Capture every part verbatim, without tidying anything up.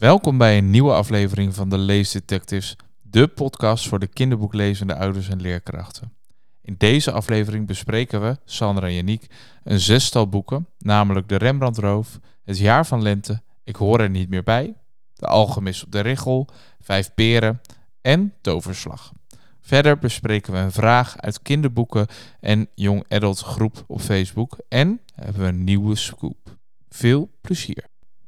Welkom bij een nieuwe aflevering van de Leesdetectives, de podcast voor de kinderboeklezende ouders en leerkrachten. In deze aflevering bespreken we, Sandra en Yannick, een zestal boeken, namelijk De Rembrandtroof, Het Jaar van Lente, Ik hoor er niet meer bij, De Algemis op de Richel, Vijf Peren en Toverslag. Verder bespreken we een vraag uit kinderboeken en Young Adult groep op Facebook en hebben we een nieuwe scoop. Veel plezier!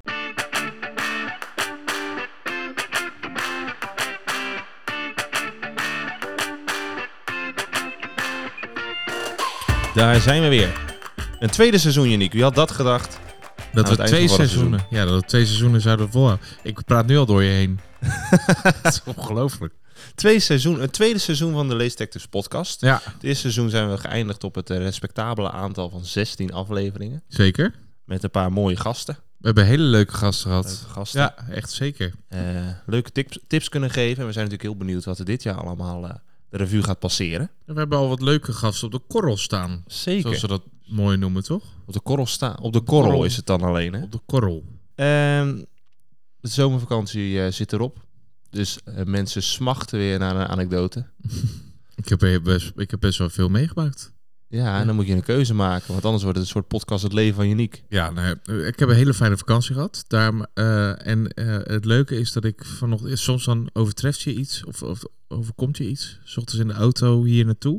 Daar zijn we weer. Een tweede seizoen, Yannick. Wie had dat gedacht? Dat we twee seizoenen... Seizoen. Ja, dat we twee seizoenen zouden volhouden. Ik praat nu al door je heen. Dat is ongelooflijk. Twee seizoen, een tweede seizoen van de Leesdetectives podcast. Ja. Het eerste seizoen zijn we geëindigd op het respectabele aantal van zestien afleveringen. Zeker. Met een paar mooie gasten. We hebben hele leuke gasten gehad. Leuke gasten. Ja, echt zeker. Uh, leuke tips, tips kunnen geven. En we zijn natuurlijk heel benieuwd wat er dit jaar allemaal... Uh, de revue gaat passeren. We hebben al wat leuke gasten op de korrel staan. Zeker. Zoals ze dat mooi noemen, toch? Op de korrel staan. Op de korrel, korrel is het dan alleen, hè? Op de korrel. Um, de zomervakantie uh, zit erop. Dus uh, mensen smachten weer naar een anekdote. ik, heb best, ik heb best wel veel meegemaakt. Ja, en dan moet je een keuze maken. Want anders wordt het een soort podcast Het Leven van Yannick. Ja, nou, ik heb een hele fijne vakantie gehad. Daar, uh, en uh, het leuke is dat ik vanochtend... Soms dan overtreft je iets of, of overkomt je iets. 's Ochtends in de auto hier naartoe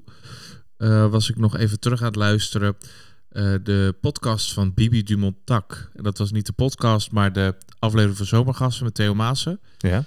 uh, was ik nog even terug aan het luisteren. Uh, de podcast van Bibi Dumontac. En dat was niet de podcast, maar de aflevering van Zomergasten met Theo Maassen. Ja.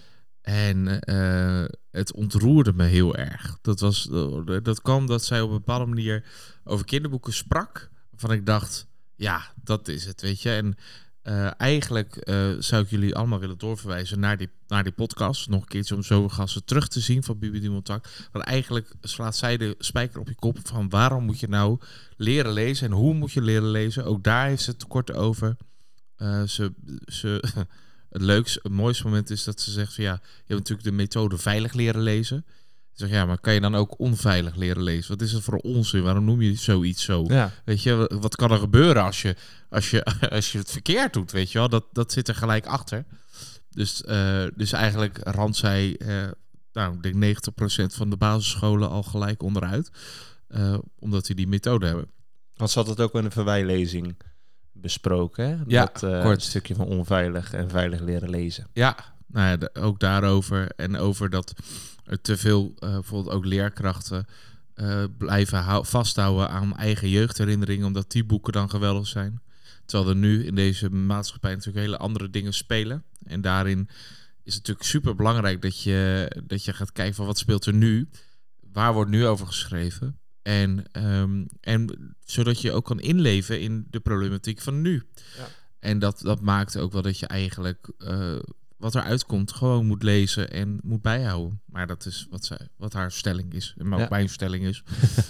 En uh, het ontroerde me heel erg. Dat, was, dat kwam dat zij op een bepaalde manier over kinderboeken sprak. Waarvan ik dacht, ja, dat is het, weet je. En uh, eigenlijk uh, zou ik jullie allemaal willen doorverwijzen naar die, naar die podcast. Nog een keertje om Zomergasten terug te zien van Bibi Dumontac. Want eigenlijk slaat zij de spijker op je kop van waarom moet je nou leren lezen en hoe moet je leren lezen. Ook daar heeft ze het kort over. Uh, ze... ze Het leukste, het mooiste moment is dat ze zegt van ja, je hebt natuurlijk de methode veilig leren lezen. Ze zegt ja, maar kan je dan ook onveilig leren lezen? Wat is het voor onzin? Waarom noem je zoiets zo? Ja. Weet je, wat kan er gebeuren als je, als je, als je het verkeerd doet? Weet je wel, dat, dat zit er gelijk achter. Dus, uh, dus eigenlijk ramt zij, uh, nou, ik denk negentig procent van de basisscholen al gelijk onderuit. Uh, omdat die die methode hebben. Want ze had het ook in een verwijlezing besproken, hè? Ja, dat, uh, kort. Een stukje van onveilig en veilig leren lezen. Ja, nou ja, de, ook daarover. En over dat er te veel, uh, bijvoorbeeld ook leerkrachten... Uh, blijven hou- vasthouden aan eigen jeugdherinneringen... omdat die boeken dan geweldig zijn. Terwijl er nu in deze maatschappij natuurlijk hele andere dingen spelen. En daarin is het natuurlijk super belangrijk dat je, dat je gaat kijken van wat speelt er nu. Waar wordt nu over geschreven? En, um, en zodat je ook kan inleven in de problematiek van nu. Ja. En dat, dat maakt ook wel dat je eigenlijk uh, wat eruit komt gewoon moet lezen en moet bijhouden. Maar dat is wat, zij, wat haar stelling is. En ook ja. mijn stelling is.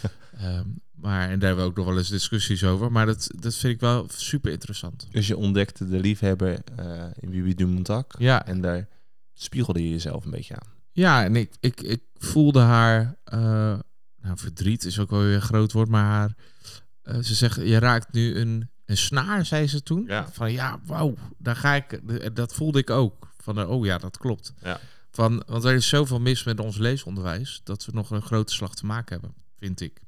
um, maar, en daar hebben we ook nog wel eens discussies over. Maar dat, dat vind ik wel super interessant. Dus je ontdekte de liefhebber uh, in Bibi Dumontac. Ja. En daar spiegelde je jezelf een beetje aan. Ja, en ik, ik, ik voelde haar... Uh, Nou, verdriet is ook wel weer een groot woord, maar haar, uh, ze zegt, je raakt nu een, een snaar, zei ze toen. Ja. Van ja, wauw, daar ga ik, dat voelde ik ook. Van, oh ja, dat klopt. Ja. Van, want er is zoveel mis met ons leesonderwijs, dat we nog een grote slag te maken hebben, vind ik.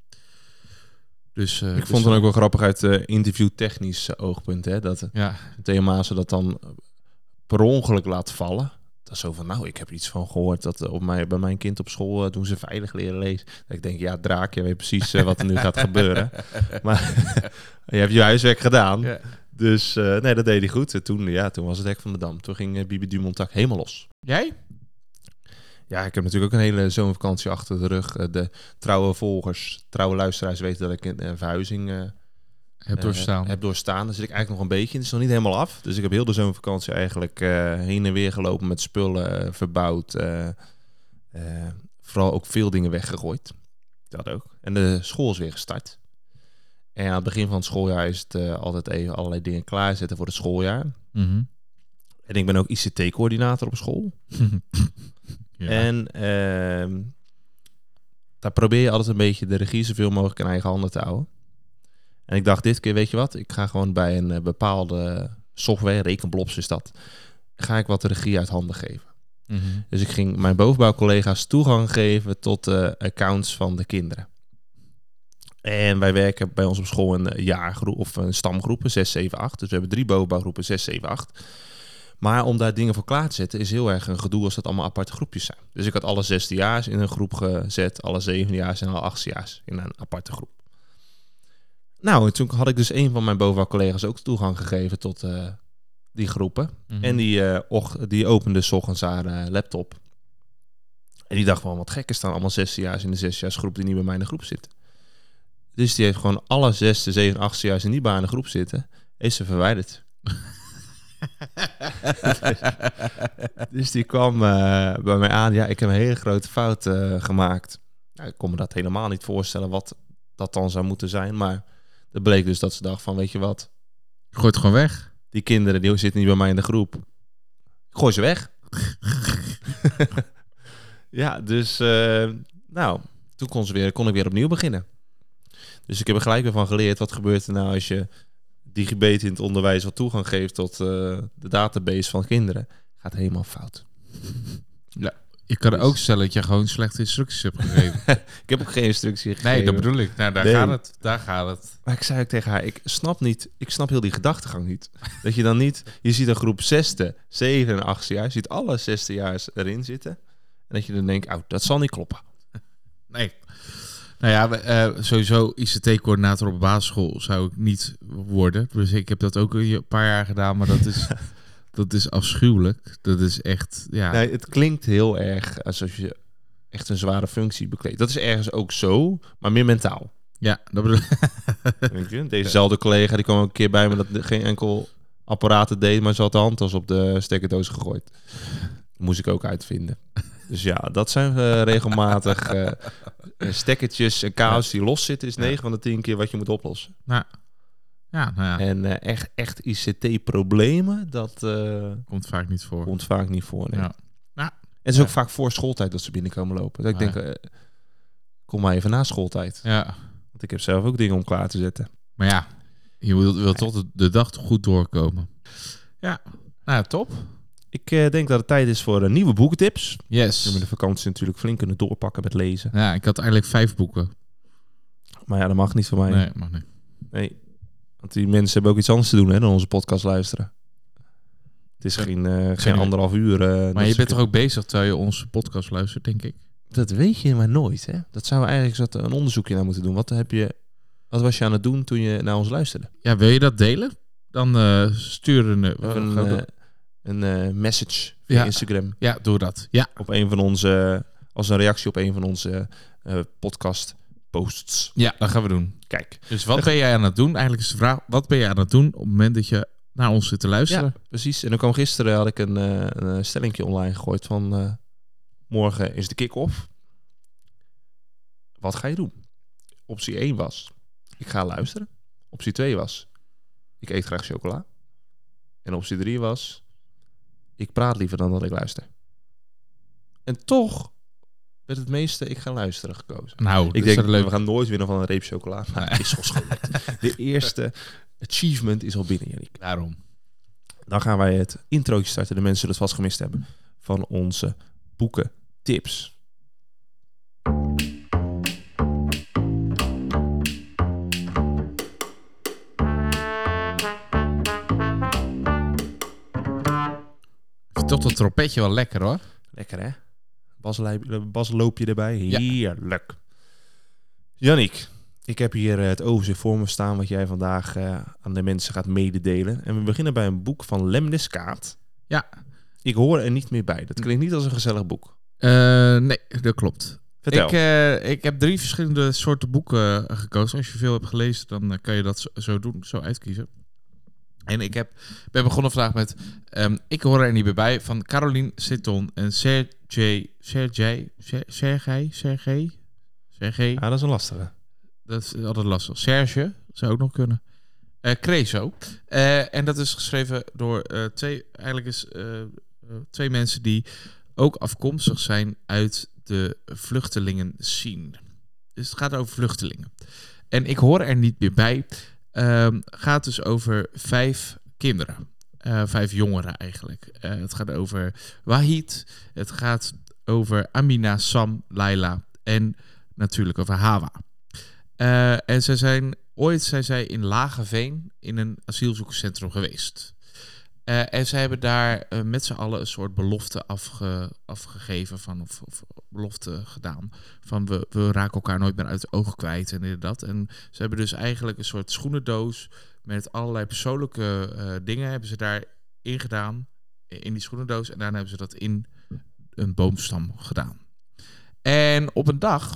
Dus, uh, ik dus vond het ook wel grappig uit uh, interviewtechnisch oogpunt, hè, dat ja. Theo Maassen dat dan per ongeluk laat vallen. Dat is zo van, nou, ik heb iets van gehoord dat op mij, bij mijn kind op school uh, doen ze veilig leren lezen. Dat ik denk, ja, draak, je weet precies uh, wat er nu gaat gebeuren. Maar je hebt je huiswerk gedaan. Ja. Dus uh, nee, dat deed hij goed. En toen, ja, toen was het hek van de dam. Toen ging uh, Bibi Dumontac helemaal los. Jij? Ja, ik heb natuurlijk ook een hele zomervakantie achter de rug. Uh, de trouwe volgers, trouwe luisteraars weten dat ik een uh, verhuizing... Uh, Heb doorstaan. Uh, heb doorstaan. Daar zit ik eigenlijk nog een beetje in. Het is nog niet helemaal af. Dus ik heb heel de zomervakantie eigenlijk uh, heen en weer gelopen met spullen, uh, verbouwd. Uh, uh, vooral ook veel dingen weggegooid. Dat ook. En de school is weer gestart. En aan het begin van het schooljaar is het uh, altijd even allerlei dingen klaarzetten voor het schooljaar. Mm-hmm. En ik ben ook I C T-coördinator op school. ja. En uh, daar probeer je altijd een beetje de regie zoveel mogelijk in eigen handen te houden. En ik dacht dit keer, weet je wat, ik ga gewoon bij een uh, bepaalde software, Rekenblobs is dat, ga ik wat de regie uit handen geven. Mm-hmm. Dus ik ging mijn bovenbouwcollega's toegang geven tot de accounts van de kinderen. En wij werken bij ons op school een jaargroep of een stamgroepen, zes, zeven, acht. Dus we hebben drie bovenbouwgroepen, zes, zeven, acht. Maar om daar dingen voor klaar te zetten is heel erg een gedoe als dat allemaal aparte groepjes zijn. Dus ik had alle zesdejaars in een groep gezet, alle zevendejaars en alle achtstejaars in een aparte groep. Nou, en toen had ik dus een van mijn bovenbouwcollega's ook toegang gegeven tot uh, die groepen. Mm-hmm. En die, uh, och, die opende 's ochtends haar uh, laptop. En die dacht van, wat gek, er staan allemaal zesdejaars in de zesdejaarsgroep die niet bij mij in de groep zitten. Dus die heeft gewoon alle zesde, zeven, achtstejaars die niet bij haar in de groep zitten, heeft ze verwijderd. Dus die kwam uh, bij mij aan. Ja, ik heb een hele grote fout uh, gemaakt. Nou, ik kon me dat helemaal niet voorstellen wat dat dan zou moeten zijn. Maar het bleek dus dat ze dacht van, weet je wat? Gooi het gewoon weg. Die kinderen die zitten niet bij mij in de groep. Ik gooi ze weg. Ja, dus uh, nou, toen kon, ze weer, kon ik weer opnieuw beginnen. Dus ik heb er gelijk weer van geleerd. Wat gebeurt er nou als je digibet in het onderwijs wat toegang geeft tot uh, de database van kinderen? Gaat helemaal fout. Ja, je kan er ook stellen dat je gewoon slechte instructies hebt gegeven. Ik heb ook geen instructie gegeven. Nee, dat bedoel ik. Nou, daar nee. gaat het. Daar gaat het. Maar ik zei ook tegen haar, ik snap niet, ik snap heel die gedachtegang niet. Dat je dan niet, je ziet een groep zesde, zeven en achtste jaar, je ziet alle zesdejaars erin zitten. En dat je dan denkt, oh, dat zal niet kloppen. Nee. Nou ja, uh, sowieso I C T-coördinator op basisschool zou ik niet worden. Dus ik heb dat ook een paar jaar gedaan, maar dat is, dat is afschuwelijk. Dat is echt, ja... Nee, het klinkt heel erg alsof je echt een zware functie bekleedt. Dat is ergens ook zo, maar meer mentaal. Ja, dat bedoel ik. Weet je? Dezezelfde collega, die kwam ook een keer bij me dat geen enkel apparaat het deed, maar ze had de handtas op de stekkerdoos gegooid. Dat moest ik ook uitvinden. Dus ja, dat zijn uh, regelmatig uh, stekkertjes en kabels die los zitten. Is negen ja. van de tien keer wat je moet oplossen. Ja. Ja, nou ja. En uh, echt, echt I C T-problemen, dat uh, komt vaak niet voor. Komt vaak niet voor, nee. Ja. Ja. En het is ja. ook vaak voor schooltijd dat ze binnenkomen lopen. Dat ik ja. denk, uh, kom maar even na schooltijd. Ja. Want ik heb zelf ook dingen om klaar te zetten. Maar ja, je wil, wil toch de, de dag goed doorkomen. Ja, nou top. Ik uh, denk dat het tijd is voor uh, nieuwe boekentips. Yes. We hebben de vakantie natuurlijk flink kunnen doorpakken met lezen. Ja, ik had eigenlijk vijf boeken. Maar ja, dat mag niet van mij. Nee, mag niet. Nee, want die mensen hebben ook iets anders te doen hè, dan onze podcast luisteren. Het is geen, uh, geen anderhalf uur. Uh, maar je bent toch ook bezig terwijl je onze podcast luistert, denk ik? Dat weet je maar nooit, hè? Dat zouden we eigenlijk een onderzoekje naar moeten doen. Wat, heb je, wat was je aan het doen toen je naar ons luisterde? Ja, wil je dat delen? Dan uh, stuur een... Uh, een uh, een uh, message via ja. Instagram. Ja, doe dat. Ja. Op een van onze... Als een reactie op een van onze uh, podcast posts. Ja, dat gaan we doen. Kijk. Dus wat ben jij aan het doen? Eigenlijk is de vraag, wat ben je aan het doen op het moment dat je naar ons zit te luisteren? Ja, precies. En dan kwam gisteren, had ik een, uh, een stellingje online gegooid van... Uh, morgen is de kick-off. Wat ga je doen? Optie één was, ik ga luisteren. Optie twee was, ik eet graag chocola. En optie drie was, ik praat liever dan dat ik luister. En toch werd het meeste ik ga luisteren gekozen. Nou, ik denk, leuk. We gaan nooit winnen van een reep chocola. Maar nee. Het is zo De eerste achievement is al binnen, Jannik. Daarom. Dan gaan wij het introotje starten. De mensen zullen het vast gemist hebben. Van onze boekentips. Toch dat trompetje wel lekker hoor. Lekker hè? Basloopje erbij. Heerlijk. Ja. Jannik, ik heb hier het overzicht voor me staan wat jij vandaag uh, aan de mensen gaat mededelen. En we beginnen bij een boek van Lemnis Kaat. Ja. Ik hoor er niet meer bij. Dat klinkt niet als een gezellig boek. Uh, nee, dat klopt. Vertel. Ik, uh, ik heb drie verschillende soorten boeken uh, gekozen. Als je veel hebt gelezen, dan uh, kan je dat zo, zo doen, zo uitkiezen. En ik heb, ben begonnen vandaag met um, Ik hoor er niet meer bij van Caroline Seton en Sergej, Sergej, Sergej, Sergej, Sergej. Ja, dat is een lastige. Dat is altijd lastig. Serge, zou ook nog kunnen. Uh, Creso. Uh, en dat is geschreven door uh, twee, eigenlijk is, uh, uh, twee mensen die ook afkomstig zijn uit de vluchtelingen scene. Dus het gaat over vluchtelingen. En ik hoor er niet meer bij. Um, gaat dus over vijf kinderen. Uh, vijf jongeren eigenlijk. Uh, het gaat over Wahid. Het gaat over Amina, Sam, Laila en natuurlijk over Hawa. Uh, en ze zijn ooit zijn zij in Lageveen in een asielzoekerscentrum geweest. Uh, en zij hebben daar uh, met z'n allen een soort belofte afge, afgegeven van, of, of belofte gedaan. Van we, we raken elkaar nooit meer uit de ogen kwijt en dit en dat. En ze hebben dus eigenlijk een soort schoenendoos met allerlei persoonlijke uh, dingen hebben ze daarin gedaan, in die schoenendoos. En daarna hebben ze dat in een boomstam gedaan. En op een dag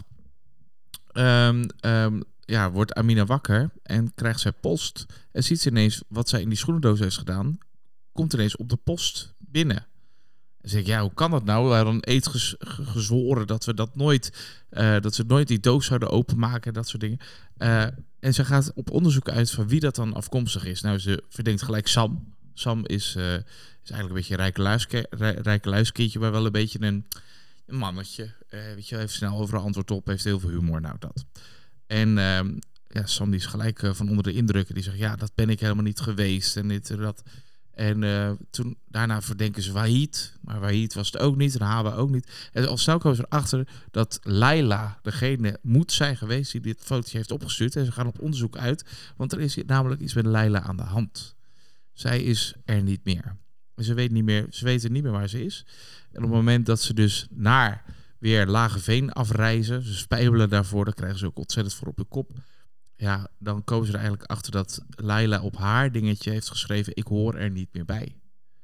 um, um, ja, wordt Amina wakker en krijgt zij post. En ziet ze ineens wat zij in die schoenendoos heeft gedaan, komt ineens op de post binnen. En zeg ik, ja, hoe kan dat nou? We hadden een eed gez- gezworen dat we dat nooit, uh, dat ze nooit die doos zouden openmaken, dat soort dingen. Uh, en ze gaat op onderzoek uit van wie dat dan afkomstig is. Nou, ze verdenkt gelijk Sam. Sam is, uh, is eigenlijk een beetje een rijke, luiske, rijke luiskindje, maar wel een beetje een, een mannetje. Uh, weet je, heeft snel overal antwoord op, heeft heel veel humor, nou dat. En uh, ja, Sam die is gelijk uh, van onder de indrukken. Die zegt, ja, dat ben ik helemaal niet geweest en dit en dat. En uh, toen, daarna verdenken ze Wahid. Maar Wahid was het ook niet. En Hawa ook niet. En al snel komen ze erachter dat Laila degene moet zijn geweest die dit fotootje heeft opgestuurd. En ze gaan op onderzoek uit. Want er is namelijk iets met Laila aan de hand. Zij is er niet meer. En ze weet niet meer, ze weten niet meer waar ze is. En op het moment dat ze dus naar weer Lageveen afreizen. Ze spijbelen daarvoor. Dan krijgen ze ook ontzettend voor op de kop. Ja, dan komen ze er eigenlijk achter dat Laila op haar dingetje heeft geschreven, ik hoor er niet meer bij.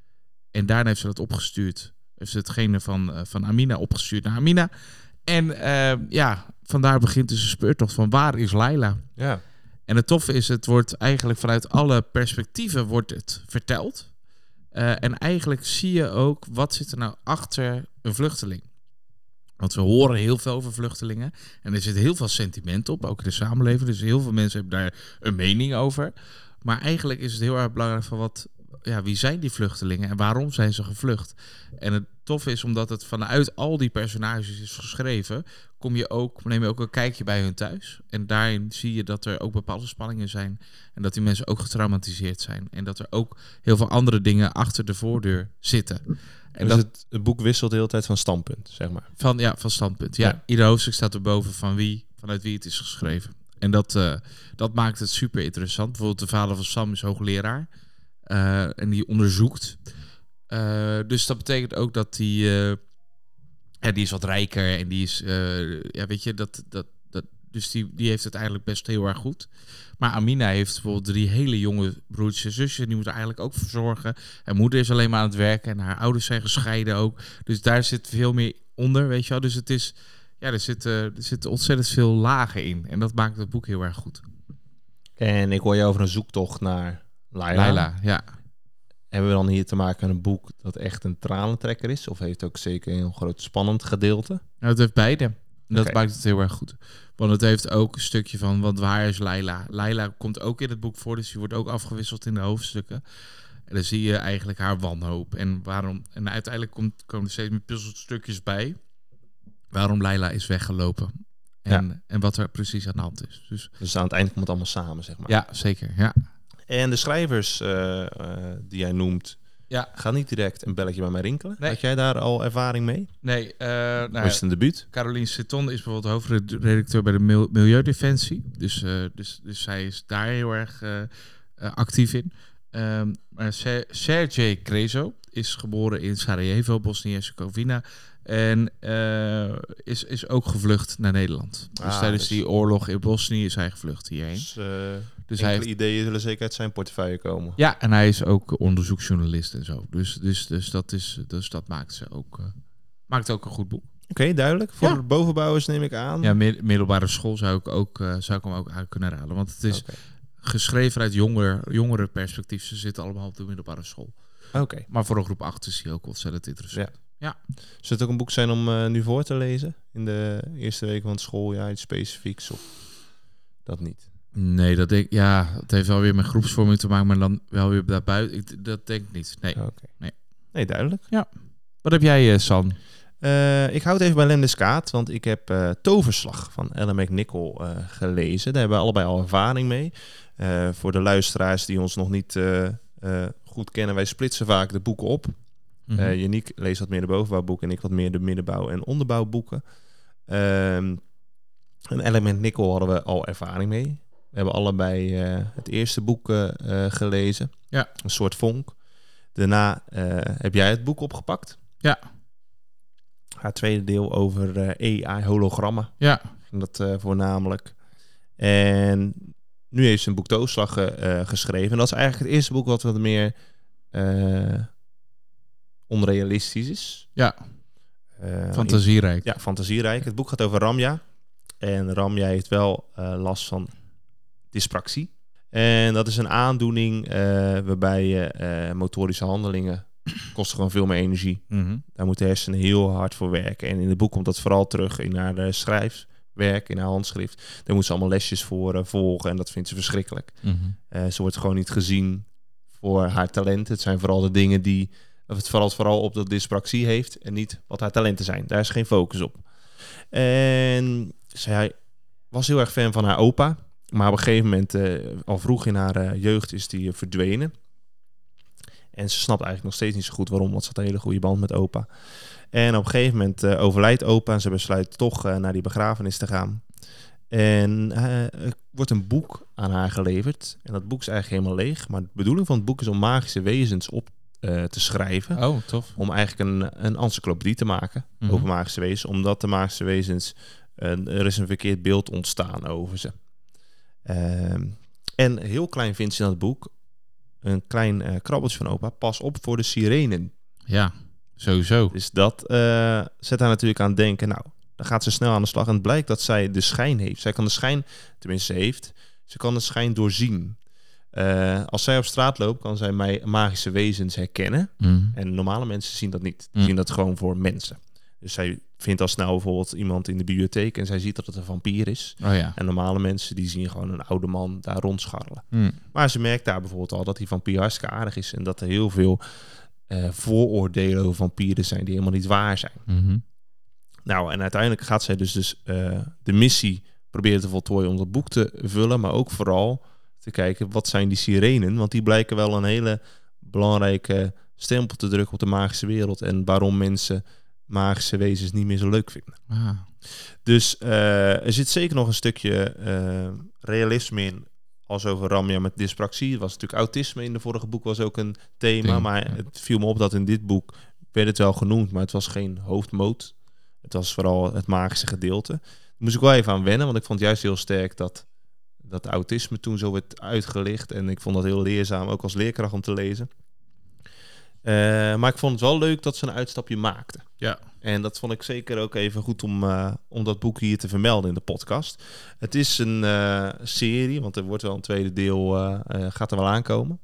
En daarna heeft ze dat opgestuurd. Heeft ze hetgene van, uh, van Amina opgestuurd naar Amina. En uh, ja, vandaar begint dus een speurtocht van waar is Laila? Ja. En het toffe is, het wordt eigenlijk vanuit alle perspectieven wordt het verteld. Uh, en eigenlijk zie je ook, wat zit er nou achter een vluchteling? Want we horen heel veel over vluchtelingen. En er zit heel veel sentiment op, ook in de samenleving. Dus heel veel mensen hebben daar een mening over. Maar eigenlijk is het heel erg belangrijk van wat, ja, wie zijn die vluchtelingen en waarom zijn ze gevlucht? En het toffe is, omdat het vanuit al die personages is geschreven, kom je ook, neem je ook een kijkje bij hun thuis. En daarin zie je dat er ook bepaalde spanningen zijn. En dat die mensen ook getraumatiseerd zijn. En dat er ook heel veel andere dingen achter de voordeur zitten. En dus dat, het, het boek wisselt de hele tijd van standpunt, zeg maar. Van, ja, van standpunt. Ja, ja. Ieder hoofdstuk staat erboven van wie, vanuit wie het is geschreven. En dat, uh, dat maakt het super interessant. Bijvoorbeeld de vader van Sam is hoogleraar. Uh, en die onderzoekt. Uh, dus dat betekent ook dat die... Uh, ja, die is wat rijker. En die is... Uh, ja, weet je, dat... dat, dat dus die, die heeft het eigenlijk best heel erg goed. Maar Amina heeft bijvoorbeeld drie hele jonge broertjes en zusjes. Die moeten eigenlijk ook verzorgen. En moeder is alleen maar aan het werken. En haar ouders zijn gescheiden ook. Dus daar zit veel meer onder, weet je wel. Dus het is... Ja, er zitten uh, er zitten ontzettend veel lagen in. En dat maakt het boek heel erg goed. En ik hoor je over een zoektocht naar Laila. Laila, ja. Hebben we dan hier te maken met een boek dat echt een tranentrekker is? Of heeft het ook zeker een heel groot spannend gedeelte? Nou, het heeft beide. En dat okay. maakt het heel erg goed. Want het heeft ook een stukje van, want waar is Laila? Laila komt ook in het boek voor, dus die wordt ook afgewisseld in de hoofdstukken. En dan zie je eigenlijk haar wanhoop. En waarom. En uiteindelijk komt, komen er steeds meer puzzelstukjes bij. Waarom Laila is weggelopen. En, ja. en wat er precies aan de hand is. Dus, dus aan het eind komt het allemaal samen, zeg maar. Ja, zeker. Ja. En de schrijvers uh, uh, die jij noemt, ja. gaan niet direct een belletje bij mij rinkelen. Nee. Had jij daar al ervaring mee? Nee. Uh, nou, is het een debuut? Caroline Seton is bijvoorbeeld hoofdredacteur bij de Mil- Milieudefensie. Dus, uh, dus, dus zij is daar heel erg uh, uh, actief in. Um, maar Sergej Krezo is geboren in Sarajevo, Bosnië-Herzegovina. En uh, is, is ook gevlucht naar Nederland. Dus ah, tijdens dus... die oorlog in Bosnië is hij gevlucht hierheen. Dus, uh, dus hij heeft... ideeën zullen zeker uit zijn portefeuille komen. Ja, en hij is ook onderzoeksjournalist en zo. Dus, dus, dus, dat, is, dus dat maakt ze ook, uh, maakt ook een goed boek. Oké, okay, duidelijk. Voor ja. bovenbouwers neem ik aan. Ja, middelbare school zou ik, ook, uh, zou ik hem ook uit kunnen raden. Want het is okay. geschreven uit jonger, jongere perspectief. Ze zitten allemaal op de middelbare school. Oké. Okay. Maar voor een groep acht is hij ook ontzettend interessant. Ja. Ja. Zou het ook een boek zijn om uh, nu voor te lezen? In de eerste week van het schooljaar, iets specifieks of dat niet? Nee, dat denk ja, het heeft wel weer met groepsvorming te maken, maar dan wel weer daarbuiten. Ik, dat denk ik niet. Nee. Okay. nee. Nee, duidelijk. Ja. Wat heb jij, uh, San? Uh, ik hou het even bij Lende Skaat, want ik heb uh, Toverslag van Ellen McNichol uh, gelezen. Daar hebben we allebei al ervaring mee. Uh, voor de luisteraars die ons nog niet uh, uh, goed kennen, wij splitsen vaak de boeken op. Mm-hmm. Uh, Yannick leest wat meer de bovenbouwboeken en ik wat meer de middenbouw- en onderbouwboeken. Um, een Element Nickel hadden we al ervaring mee. We hebben allebei uh, het eerste boek uh, gelezen. Ja. Een soort vonk. Daarna uh, heb jij het boek opgepakt. Ja. Haar tweede deel over uh, A I-hologrammen. Ja. Ging dat uh, voornamelijk. En nu heeft ze een boek Doodslag uh, geschreven. En dat is eigenlijk het eerste boek wat wat meer uh, onrealistisch is. Ja. Uh, fantasierijk. Ja, fantasierijk. Het boek gaat over Ramja. En Ramja heeft wel uh, last van dyspraxie. En dat is een aandoening uh, waarbij je uh, motorische handelingen kosten gewoon veel meer energie. Mm-hmm. Daar moeten hersenen heel hard voor werken. En in het boek komt dat vooral terug in haar uh, schrijfwerk, in haar handschrift. Daar moet ze allemaal lesjes voor uh, volgen en dat vindt ze verschrikkelijk. Mm-hmm. Uh, ze wordt gewoon niet gezien voor haar talenten. Het zijn vooral de dingen die... Of het valt vooral op dat dyspraxie heeft en niet wat haar talenten zijn. Daar is geen focus op. En zij was heel erg fan van haar opa. Maar op een gegeven moment, uh, al vroeg in haar uh, jeugd, is die uh, verdwenen. En ze snapt eigenlijk nog steeds niet zo goed waarom, want ze had een hele goede band met opa. En op een gegeven moment uh, overlijdt opa en ze besluit toch uh, naar die begrafenis te gaan. En uh, er wordt een boek aan haar geleverd. En dat boek is eigenlijk helemaal leeg. Maar de bedoeling van het boek is om magische wezens op uh, te schrijven. Oh, tof. Om eigenlijk een, een encyclopedie te maken mm-hmm. over magische wezens. Omdat de magische wezens, uh, er is een verkeerd beeld ontstaan over ze. Uh, en heel klein vindt ze in het boek een klein uh, krabbeltje van opa. Pas op voor de sirenen. Ja, sowieso. Dus dat uh, zet haar natuurlijk aan het denken. Nou, dan gaat ze snel aan de slag. En het blijkt dat zij de schijn heeft. Zij kan de schijn, tenminste ze heeft, ze kan de schijn doorzien. Uh, als zij op straat loopt, kan zij mij magische wezens herkennen. Mm. En normale mensen zien dat niet. Die Mm. zien dat gewoon voor mensen. Dus zij vindt al snel bijvoorbeeld iemand in de bibliotheek en zij ziet dat het een vampier is. Oh ja. En normale mensen die zien gewoon een oude man daar rondscharrelen. Mm. Maar ze merkt daar bijvoorbeeld al dat die vampier hartstikke aardig is en dat er heel veel uh, vooroordelen over vampieren zijn die helemaal niet waar zijn. Mm-hmm. Nou, en uiteindelijk gaat zij dus, dus uh, de missie proberen te voltooien om dat boek te vullen, maar ook vooral te kijken wat zijn die sirenen, want die blijken wel een hele belangrijke stempel te drukken op de magische wereld en waarom mensen magische wezens niet meer zo leuk vinden. Ah. Dus uh, er zit zeker nog een stukje uh, realisme in als over Ramja met dyspraxie. Er was natuurlijk autisme in de vorige boek was ook een thema, Ding, maar ja. Het viel me op dat in dit boek werd het wel genoemd, maar het was geen hoofdmoot. Het was vooral het magische gedeelte. Daar moest ik wel even aan wennen, want ik vond juist heel sterk dat dat autisme toen zo werd uitgelicht en ik vond dat heel leerzaam, ook als leerkracht om te lezen. Uh, maar ik vond het wel leuk dat ze een uitstapje maakte. Ja. En dat vond ik zeker ook even goed om, uh, om dat boek hier te vermelden in de podcast. Het is een uh, serie, want er wordt wel een tweede deel, uh, uh, gaat er wel aankomen.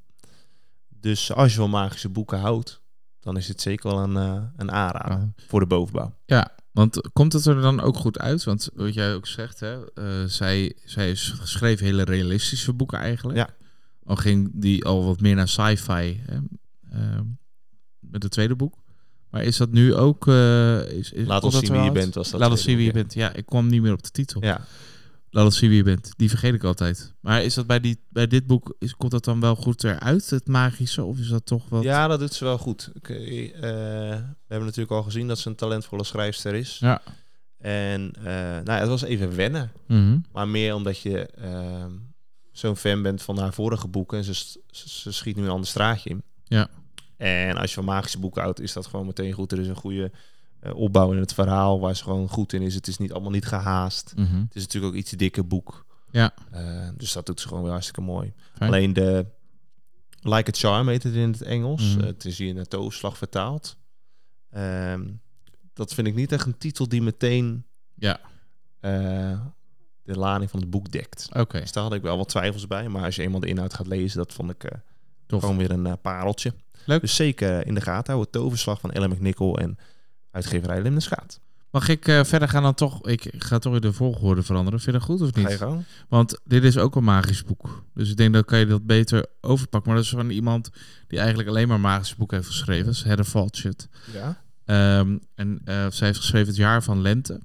Dus als je van magische boeken houdt, dan is het zeker wel een, uh, een aanrader oh. voor de bovenbouw. Ja, want komt het er dan ook goed uit? Want wat jij ook zegt, hè, uh, zij, zij schreef hele realistische boeken eigenlijk. Ja. Al ging die al wat meer naar sci-fi, hè, uh, met het tweede boek. Maar is dat nu ook... Uh, is, is, Laat ons zien wie je bent. Was dat Laat ons zien wie je boek, bent. Ja, ik kwam niet meer op de titel. Ja. Laat ons zien wie je bent. Die vergeet ik altijd. Maar is dat bij, die, bij dit boek, is, komt dat dan wel goed eruit, het magische? Of is dat toch wat... Ja, dat doet ze wel goed. Okay, uh, we hebben natuurlijk al gezien dat ze een talentvolle schrijfster is. Ja. En uh, nou, het was even wennen. Mm-hmm. Maar meer omdat je uh, zo'n fan bent van haar vorige boeken. En ze, ze, ze schiet nu een ander straatje in. Ja. En als je van magische boeken houdt, is dat gewoon meteen goed. Er is een goede uh, opbouw in het verhaal waar ze gewoon goed in is. Het is niet allemaal niet gehaast. Mm-hmm. Het is natuurlijk ook iets dikker boek. Ja. Uh, dus dat doet ze gewoon weer hartstikke mooi. Fijn. Alleen de Like a Charm heet het in het Engels. Mm-hmm. Uh, het is hier naar Toverslag vertaald. Um, dat vind ik niet echt een titel die meteen ja. uh, de lading van het boek dekt. Oké. Okay. Dus daar had ik wel wat twijfels bij. Maar als je eenmaal de inhoud gaat lezen, dat vond ik uh, Tof. gewoon weer een uh, pareltje. Leuk. Dus zeker in de gaten houden. Toverslag van Ellen McNichol en uitgeverij Lim de Schaat. Mag ik uh, verder gaan dan toch... Ik ga toch in de volgorde veranderen. Vind je dat goed of niet? Ga je gang? Want dit is ook een magisch boek. Dus ik denk dat kan je dat beter overpakken. Maar dat is van iemand die eigenlijk alleen maar magische boeken heeft geschreven. Dat is Heather Falchett. Ja. Um, en uh, zij heeft geschreven Het jaar van lente.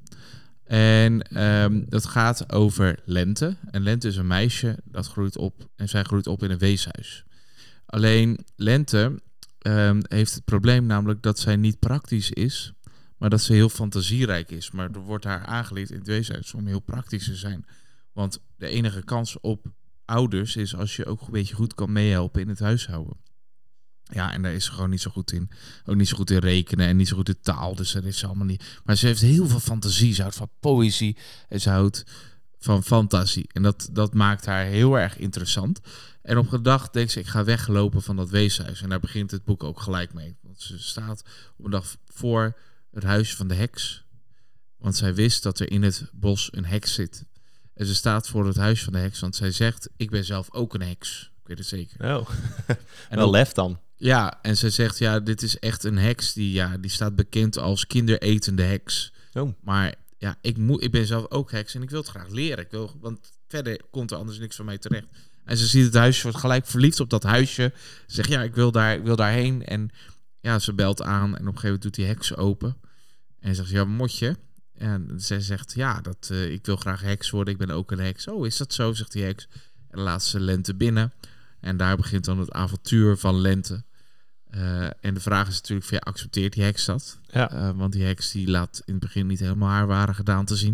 En um, dat gaat over Lente. En Lente is een meisje dat groeit op. En zij groeit op in een weeshuis. Alleen Lente um, heeft het probleem namelijk dat zij niet praktisch is, maar dat ze heel fantasierijk is. Maar er wordt haar aangeleerd in het weeshuis om heel praktisch te zijn. Want de enige kans op ouders is als je ook een beetje goed kan meehelpen in het huishouden. Ja, en daar is ze gewoon niet zo goed in. Ook niet zo goed in rekenen en niet zo goed in taal. Dus dat is ze allemaal niet. Maar ze heeft heel veel fantasie. Ze houdt van poëzie en ze houdt van fantasie. En dat, dat maakt haar heel erg interessant. En op een dag denkt ze, ik ga weglopen van dat weeshuis. En daar begint het boek ook gelijk mee. Want ze staat op een dag voor het huis van de heks. Want zij wist dat er in het bos een heks zit. En ze staat voor het huis van de heks. Want zij zegt, ik ben zelf ook een heks. Ik weet het zeker. Oh, en wel ook, lef dan. Ja, en ze zegt, ja, dit is echt een heks. Die, ja, die staat bekend als kinderetende heks. Oh. Maar ja, ik, moet, ik ben zelf ook heks en ik wil het graag leren. Ik wil, want verder komt er anders niks van mij terecht. En ze ziet het huisje, wordt gelijk verliefd op dat huisje. Ze zegt, ja, ik wil, daar, ik wil daarheen. En ja, ze belt aan en op een gegeven moment doet die heks open. En zegt, ja, motje. En zij zegt, ja, dat, uh, ik wil graag heks worden. Ik ben ook een heks. Oh, is dat zo, zegt die heks. En dan laat ze Lente binnen. En daar begint dan het avontuur van Lente. Uh, en de vraag is natuurlijk, van, ja, accepteert die heks dat? Ja. Uh, want die heks die laat in het begin niet helemaal haar ware gedaante zien.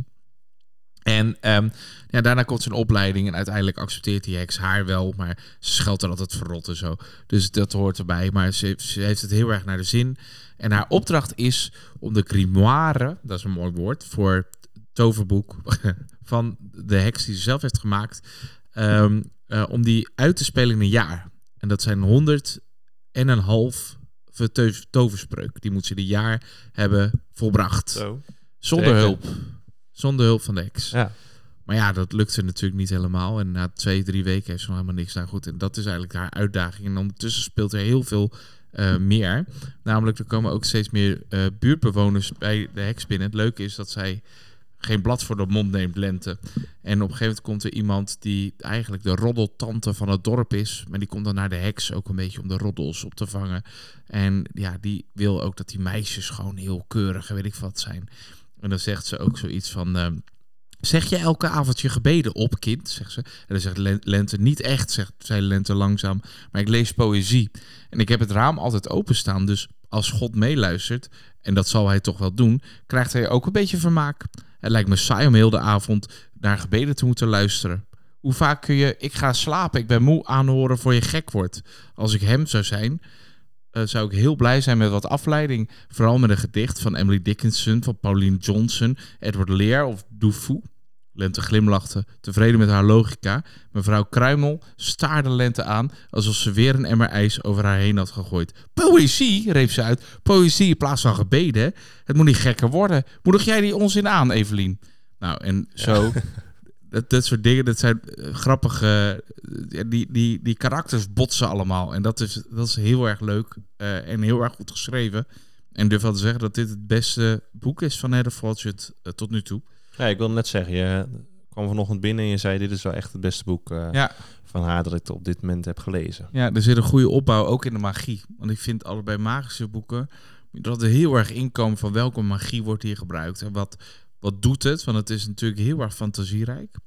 En um, ja, daarna komt zijn opleiding en uiteindelijk accepteert die heks haar wel, maar ze scheldt er altijd verrot en zo. Dus dat hoort erbij, maar ze, ze heeft het heel erg naar de zin. En haar opdracht is om de grimoire, dat is een mooi woord, voor het toverboek van de heks die ze zelf heeft gemaakt, um, uh, om die uit te spelen in een jaar. En dat zijn honderd en een half toverspreuk. Die moet ze een jaar hebben volbracht. Zo. Zonder Trekken. hulp. Zonder hulp van de heks. Ja. Maar ja, dat lukt ze natuurlijk niet helemaal. En na twee, drie weken heeft ze nog helemaal niks daar goed. En dat is eigenlijk haar uitdaging. En ondertussen speelt er heel veel uh, meer. Namelijk, er komen ook steeds meer uh, buurtbewoners bij de heks binnen. Het leuke is dat zij geen blad voor de mond neemt, Lente. En op een gegeven moment komt er iemand die eigenlijk de roddeltante van het dorp is. Maar die komt dan naar de heks ook een beetje om de roddels op te vangen. En ja, die wil ook dat die meisjes gewoon heel keurig en weet ik wat zijn. En dan zegt ze ook zoiets van, Uh, zeg je elke avond je gebeden op, kind? Zegt ze. En dan zegt Lente, niet echt, zegt zei Lente langzaam. Maar ik lees poëzie. En ik heb het raam altijd openstaan. Dus als God meeluistert, en dat zal hij toch wel doen, krijgt hij ook een beetje vermaak. Het lijkt me saai om heel de avond naar gebeden te moeten luisteren. Hoe vaak kun je, ik ga slapen, ik ben moe, aanhoren voor je gek wordt? Als ik hem zou zijn, Uh, zou ik heel blij zijn met wat afleiding. Vooral met een gedicht van Emily Dickinson, van Pauline Johnson, Edward Lear of Dufour. Lente glimlachte, tevreden met haar logica. Mevrouw Kruimel staarde Lente aan, alsof ze weer een emmer ijs over haar heen had gegooid. Poëzie, riep ze uit. Poëzie in plaats van gebeden. Het moet niet gekker worden. Moedig jij die onzin aan, Evelien? Nou, en zo... Ja. Dat, dat soort dingen, dat zijn uh, grappige... Uh, die, die, die karakters botsen allemaal. En dat is, dat is heel erg leuk uh, en heel erg goed geschreven. En ik durf wel te zeggen dat dit het beste boek is van Heather Fawcett uh, tot nu toe. Ja, ik wilde net zeggen, je kwam vanochtend binnen en je zei, dit is wel echt het beste boek uh, ja. van haar dat ik op dit moment heb gelezen. Ja, er zit een goede opbouw, ook in de magie. Want ik vind allebei magische boeken, dat er heel erg inkomen van welke magie wordt hier gebruikt. En wat... Wat doet het? Want het is natuurlijk heel erg fantasierijk.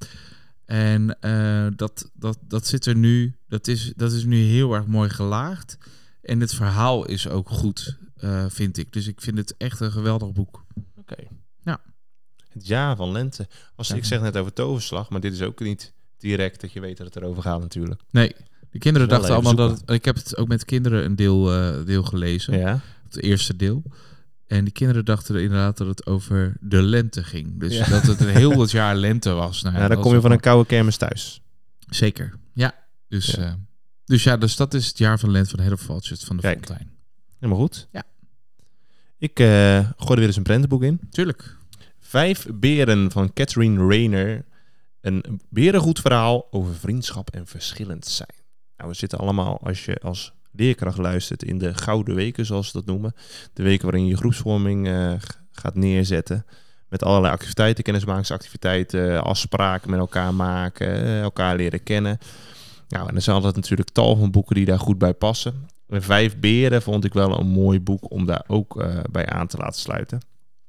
En uh, dat, dat, dat zit er nu, dat is, dat is nu heel erg mooi gelaagd. En het verhaal is ook goed, uh, vind ik. Dus ik vind het echt een geweldig boek. Oké. Okay. Ja. Het jaar van Lente. Als, ja. Ik zeg net over toverslag, maar dit is ook niet direct dat je weet dat het erover gaat natuurlijk. Nee, de kinderen dachten allemaal dat... Het, ik heb het ook met kinderen een deel, uh, deel gelezen. Ja. Het eerste deel. En die kinderen dachten inderdaad dat het over de lente ging. Dus ja. dat het een heel het jaar lente was. Nou, ja, dan kom je van een koude kermis thuis. Zeker, ja. Dus ja, uh, dus, ja, dus dat is het jaar van lente van Heather Fawcett van de Kijk. Fontein. Helemaal goed. Ja. Ik uh, gooi er weer eens een prentenboek in. Tuurlijk. Vijf beren van Catherine Rayner. Een berengoed verhaal over vriendschap en verschillend zijn. Nou, we zitten allemaal, als je als leerkracht luistert, in de gouden weken, zoals ze dat noemen. De weken waarin je groepsvorming uh, gaat neerzetten. Met allerlei activiteiten, kennismakingsactiviteiten, afspraken met elkaar maken, elkaar leren kennen. Nou, en er zijn altijd natuurlijk tal van boeken die daar goed bij passen. En Vijf beren vond ik wel een mooi boek om daar ook uh, bij aan te laten sluiten.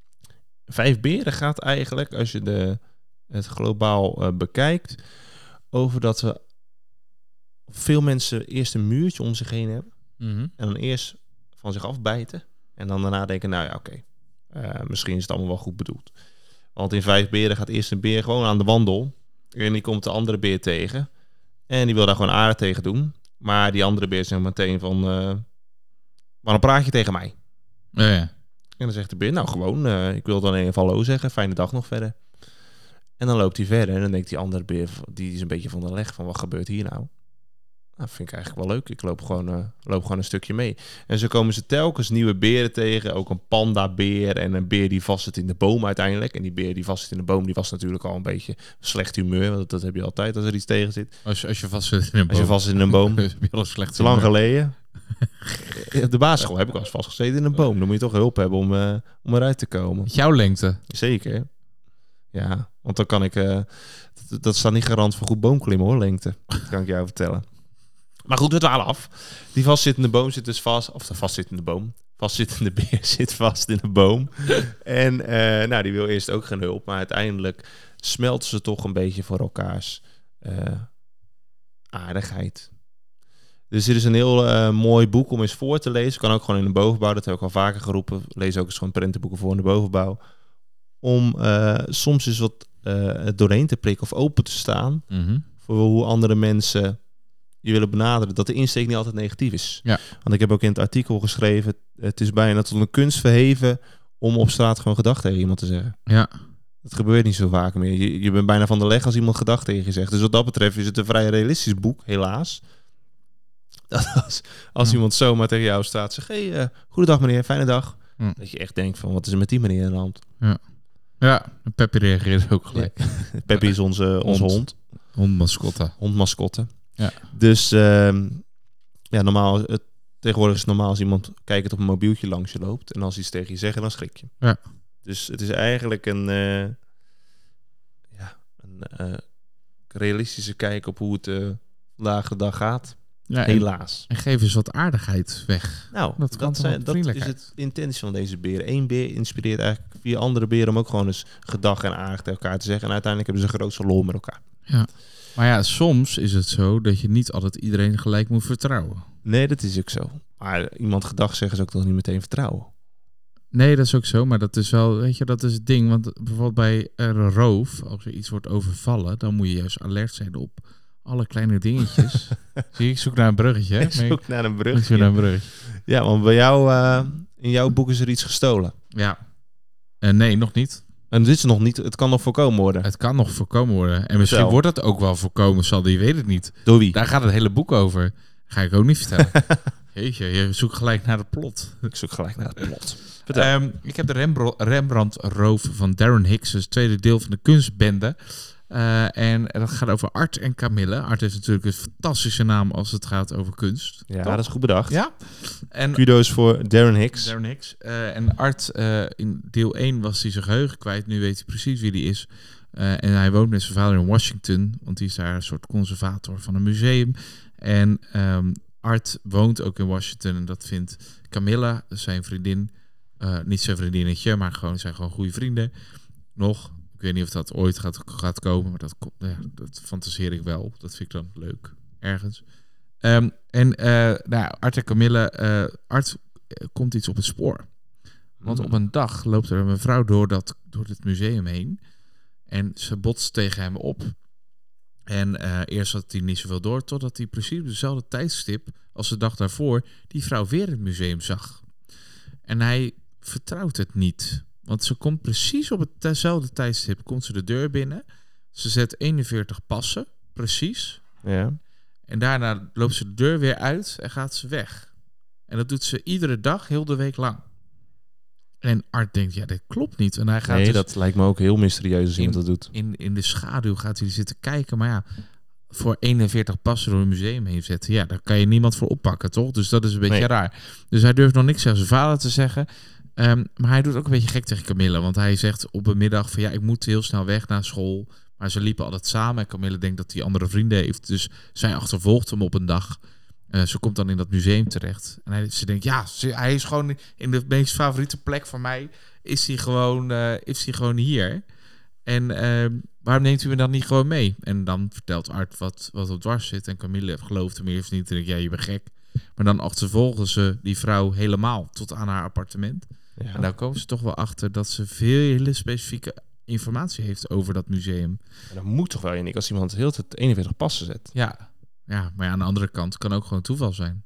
Vijf beren gaat eigenlijk, als je de, het globaal uh, bekijkt, over dat we veel mensen eerst een muurtje om zich heen hebben. Mm-hmm. En dan eerst van zich afbijten. En dan daarna denken, nou ja, oké. Okay, uh, misschien is het allemaal wel goed bedoeld. Want in Vijf Beren gaat eerst een beer gewoon aan de wandel. En die komt de andere beer tegen. En die wil daar gewoon aardig tegen doen. Maar die andere beer zegt meteen van... Uh, waarom praat je tegen mij? Ja, ja. En dan zegt de beer, nou gewoon, uh, ik wil dan even hallo zeggen. Fijne dag nog verder. En dan loopt hij verder. En dan denkt die andere beer, die is een beetje van de leg. Van, wat gebeurt hier nou? Dat vind ik eigenlijk wel leuk. Ik loop gewoon, uh, loop gewoon een stukje mee. En zo komen ze telkens nieuwe beren tegen. Ook een panda-beer en een beer die vast zit in de boom uiteindelijk. En die beer die vast zit in de boom, die was natuurlijk al een beetje slecht humeur. Want dat heb je altijd als er iets tegen zit. Als je, als je vast zit in een boom. Als je vast zit in een boom. heb je al slecht Te lang geleden. Op de basisschool heb ik al eens vastgezeten in een boom. Dan moet je toch hulp hebben om, uh, om eruit te komen. Met jouw lengte? Zeker. Ja, want dan kan ik... Uh, dat, dat staat niet garant voor goed boomklimmen hoor, lengte. Dat kan ik jou vertellen. Maar goed, we dwalen af. Die vastzittende boom zit dus vast... Of de vastzittende boom. Vastzittende beer zit vast in de boom. En uh, nou, die wil eerst ook geen hulp. Maar uiteindelijk smelten ze toch een beetje voor elkaars uh, aardigheid. Dus dit is een heel uh, mooi boek om eens voor te lezen. Kan ook gewoon in de bovenbouw. Dat heb ik al vaker geroepen. Lees ook eens gewoon prentenboeken voor in de bovenbouw. Om uh, soms eens wat uh, doorheen te prikken of open te staan. Mm-hmm. Voor hoe andere mensen je willen benaderen. Dat de insteek niet altijd negatief is. Ja. Want ik heb ook in het artikel geschreven. Het is bijna tot een kunst verheven om op straat gewoon gedag tegen iemand te zeggen. Ja. Dat gebeurt niet zo vaak meer. Je, je bent bijna van de leg als iemand gedag tegen je zegt. Dus wat dat betreft is het een vrij realistisch boek, helaas. Dat als als ja. iemand zomaar tegen jou staat, zegt, hey, uh, goedendag meneer, fijne dag. Ja. Dat je echt denkt van, wat is er met die meneer aan de hand? Ja, ja, Peppy reageert ook gelijk. Ja. Peppy is onze, onze hond. hond. Hondmascotte. Hondmascotte. Ja. Dus uh, ja, normaal, het, tegenwoordig is het normaal als iemand kijkend op een mobieltje langs je loopt. En als iets tegen je zeggen, dan schrik je. Ja. Dus het is eigenlijk een, uh, ja, een uh, realistische kijk op hoe het uh, vandaag de dag gaat. Ja, helaas. En, en geef eens wat aardigheid weg. Nou, dat, dat, zijn, dat is het intentie van deze beren. Eén beer inspireert eigenlijk vier andere beren om ook gewoon eens gedag en aardig tegen elkaar te zeggen. En uiteindelijk hebben ze een grootste lol met elkaar. Ja. Maar ja, soms is het zo dat je niet altijd iedereen gelijk moet vertrouwen. Nee, dat is ook zo. Maar iemand gedag zeggen is ook toch niet meteen vertrouwen. Nee, dat is ook zo. Maar dat is wel, weet je, dat is het ding. Want bijvoorbeeld bij een roof, als er iets wordt overvallen, dan moet je juist alert zijn op alle kleine dingetjes. Zie je, ik zoek naar een bruggetje. Hè? Ik zoek naar een bruggetje. Ik zoek naar een bruggetje. Ja, want bij jou, uh, in jouw boek is er iets gestolen. Ja. Uh, nee, nog niet. En dit is nog niet, het kan nog voorkomen worden. Het kan nog voorkomen worden. En misschien Vertel. wordt het ook wel voorkomen, zal die weet het niet. Door wie? Daar gaat het hele boek over. Ga ik ook niet vertellen. Jeetje, je zoekt gelijk naar het plot. Ik zoek gelijk naar het plot. Um, ik heb de Rembrandt, Rembrandt-roof van Darren Hicks, het tweede deel van de kunstbende. Uh, en dat gaat over Art en Camille. Art is natuurlijk een fantastische naam als het gaat over kunst. Ja, toch? Dat is goed bedacht. Ja. En kudos voor Darren Hicks. Darren Hicks. Uh, en Art, uh, in deel één was hij zijn geheugen kwijt. Nu weet hij precies wie die is. Uh, en hij woont met zijn vader in Washington. Want die is daar een soort conservator van een museum. En um, Art woont ook in Washington. En dat vindt Camilla, zijn vriendin, uh, niet zijn vriendinnetje, maar gewoon zijn gewoon goede vrienden. Nog. Ik weet niet of dat ooit gaat, gaat komen, maar dat, ja, dat fantaseer ik wel. Dat vind ik dan leuk, ergens. Um, en uh, nou, Art en Camille, uh, Art uh, komt iets op het spoor. Want mm. op een dag loopt er een mevrouw door, dat, door het museum heen. En ze botst tegen hem op. En uh, eerst had hij niet zoveel door, totdat hij precies op dezelfde tijdstip als de dag daarvoor die vrouw weer in het museum zag. En hij vertrouwt het niet. Want ze komt precies op hetzelfde tijdstip, komt ze de deur binnen. Ze zet eenenveertig passen, precies. Ja. En daarna loopt ze de deur weer uit en gaat ze weg. En dat doet ze iedere dag, heel de week lang. En Art denkt, ja, dit klopt niet. En hij gaat nee, dus dat lijkt me ook heel mysterieus als iemand in, dat doet. In, in de schaduw gaat hij zitten kijken. Maar ja, voor eenenveertig passen door een museum heen zetten, ja, daar kan je niemand voor oppakken, toch? Dus dat is een beetje nee. raar. Dus hij durft nog niks tegen zijn vader te zeggen. Um, maar hij doet ook een beetje gek tegen Camille. Want hij zegt op een middag van ja, ik moet heel snel weg naar school. Maar ze liepen altijd samen. En Camille denkt dat hij andere vrienden heeft. Dus zij achtervolgt hem op een dag. Uh, ze komt dan in dat museum terecht. En hij, ze denkt, ja, ze, hij is gewoon in de meest favoriete plek van mij. Is hij gewoon, uh, is hij gewoon hier. En uh, waarom neemt u me dan niet gewoon mee? En dan vertelt Art wat, wat op dwars zit. En Camille gelooft hem eerst niet. En denk ik, ja, je bent gek. Maar dan achtervolgen ze die vrouw helemaal tot aan haar appartement. Ja. En daar komen ze toch wel achter dat ze veel hele specifieke informatie heeft over dat museum. En dat moet toch wel, Yannick, als iemand heel het eenenveertig passen zet. Ja. ja, maar ja, aan de andere kant kan ook gewoon toeval zijn.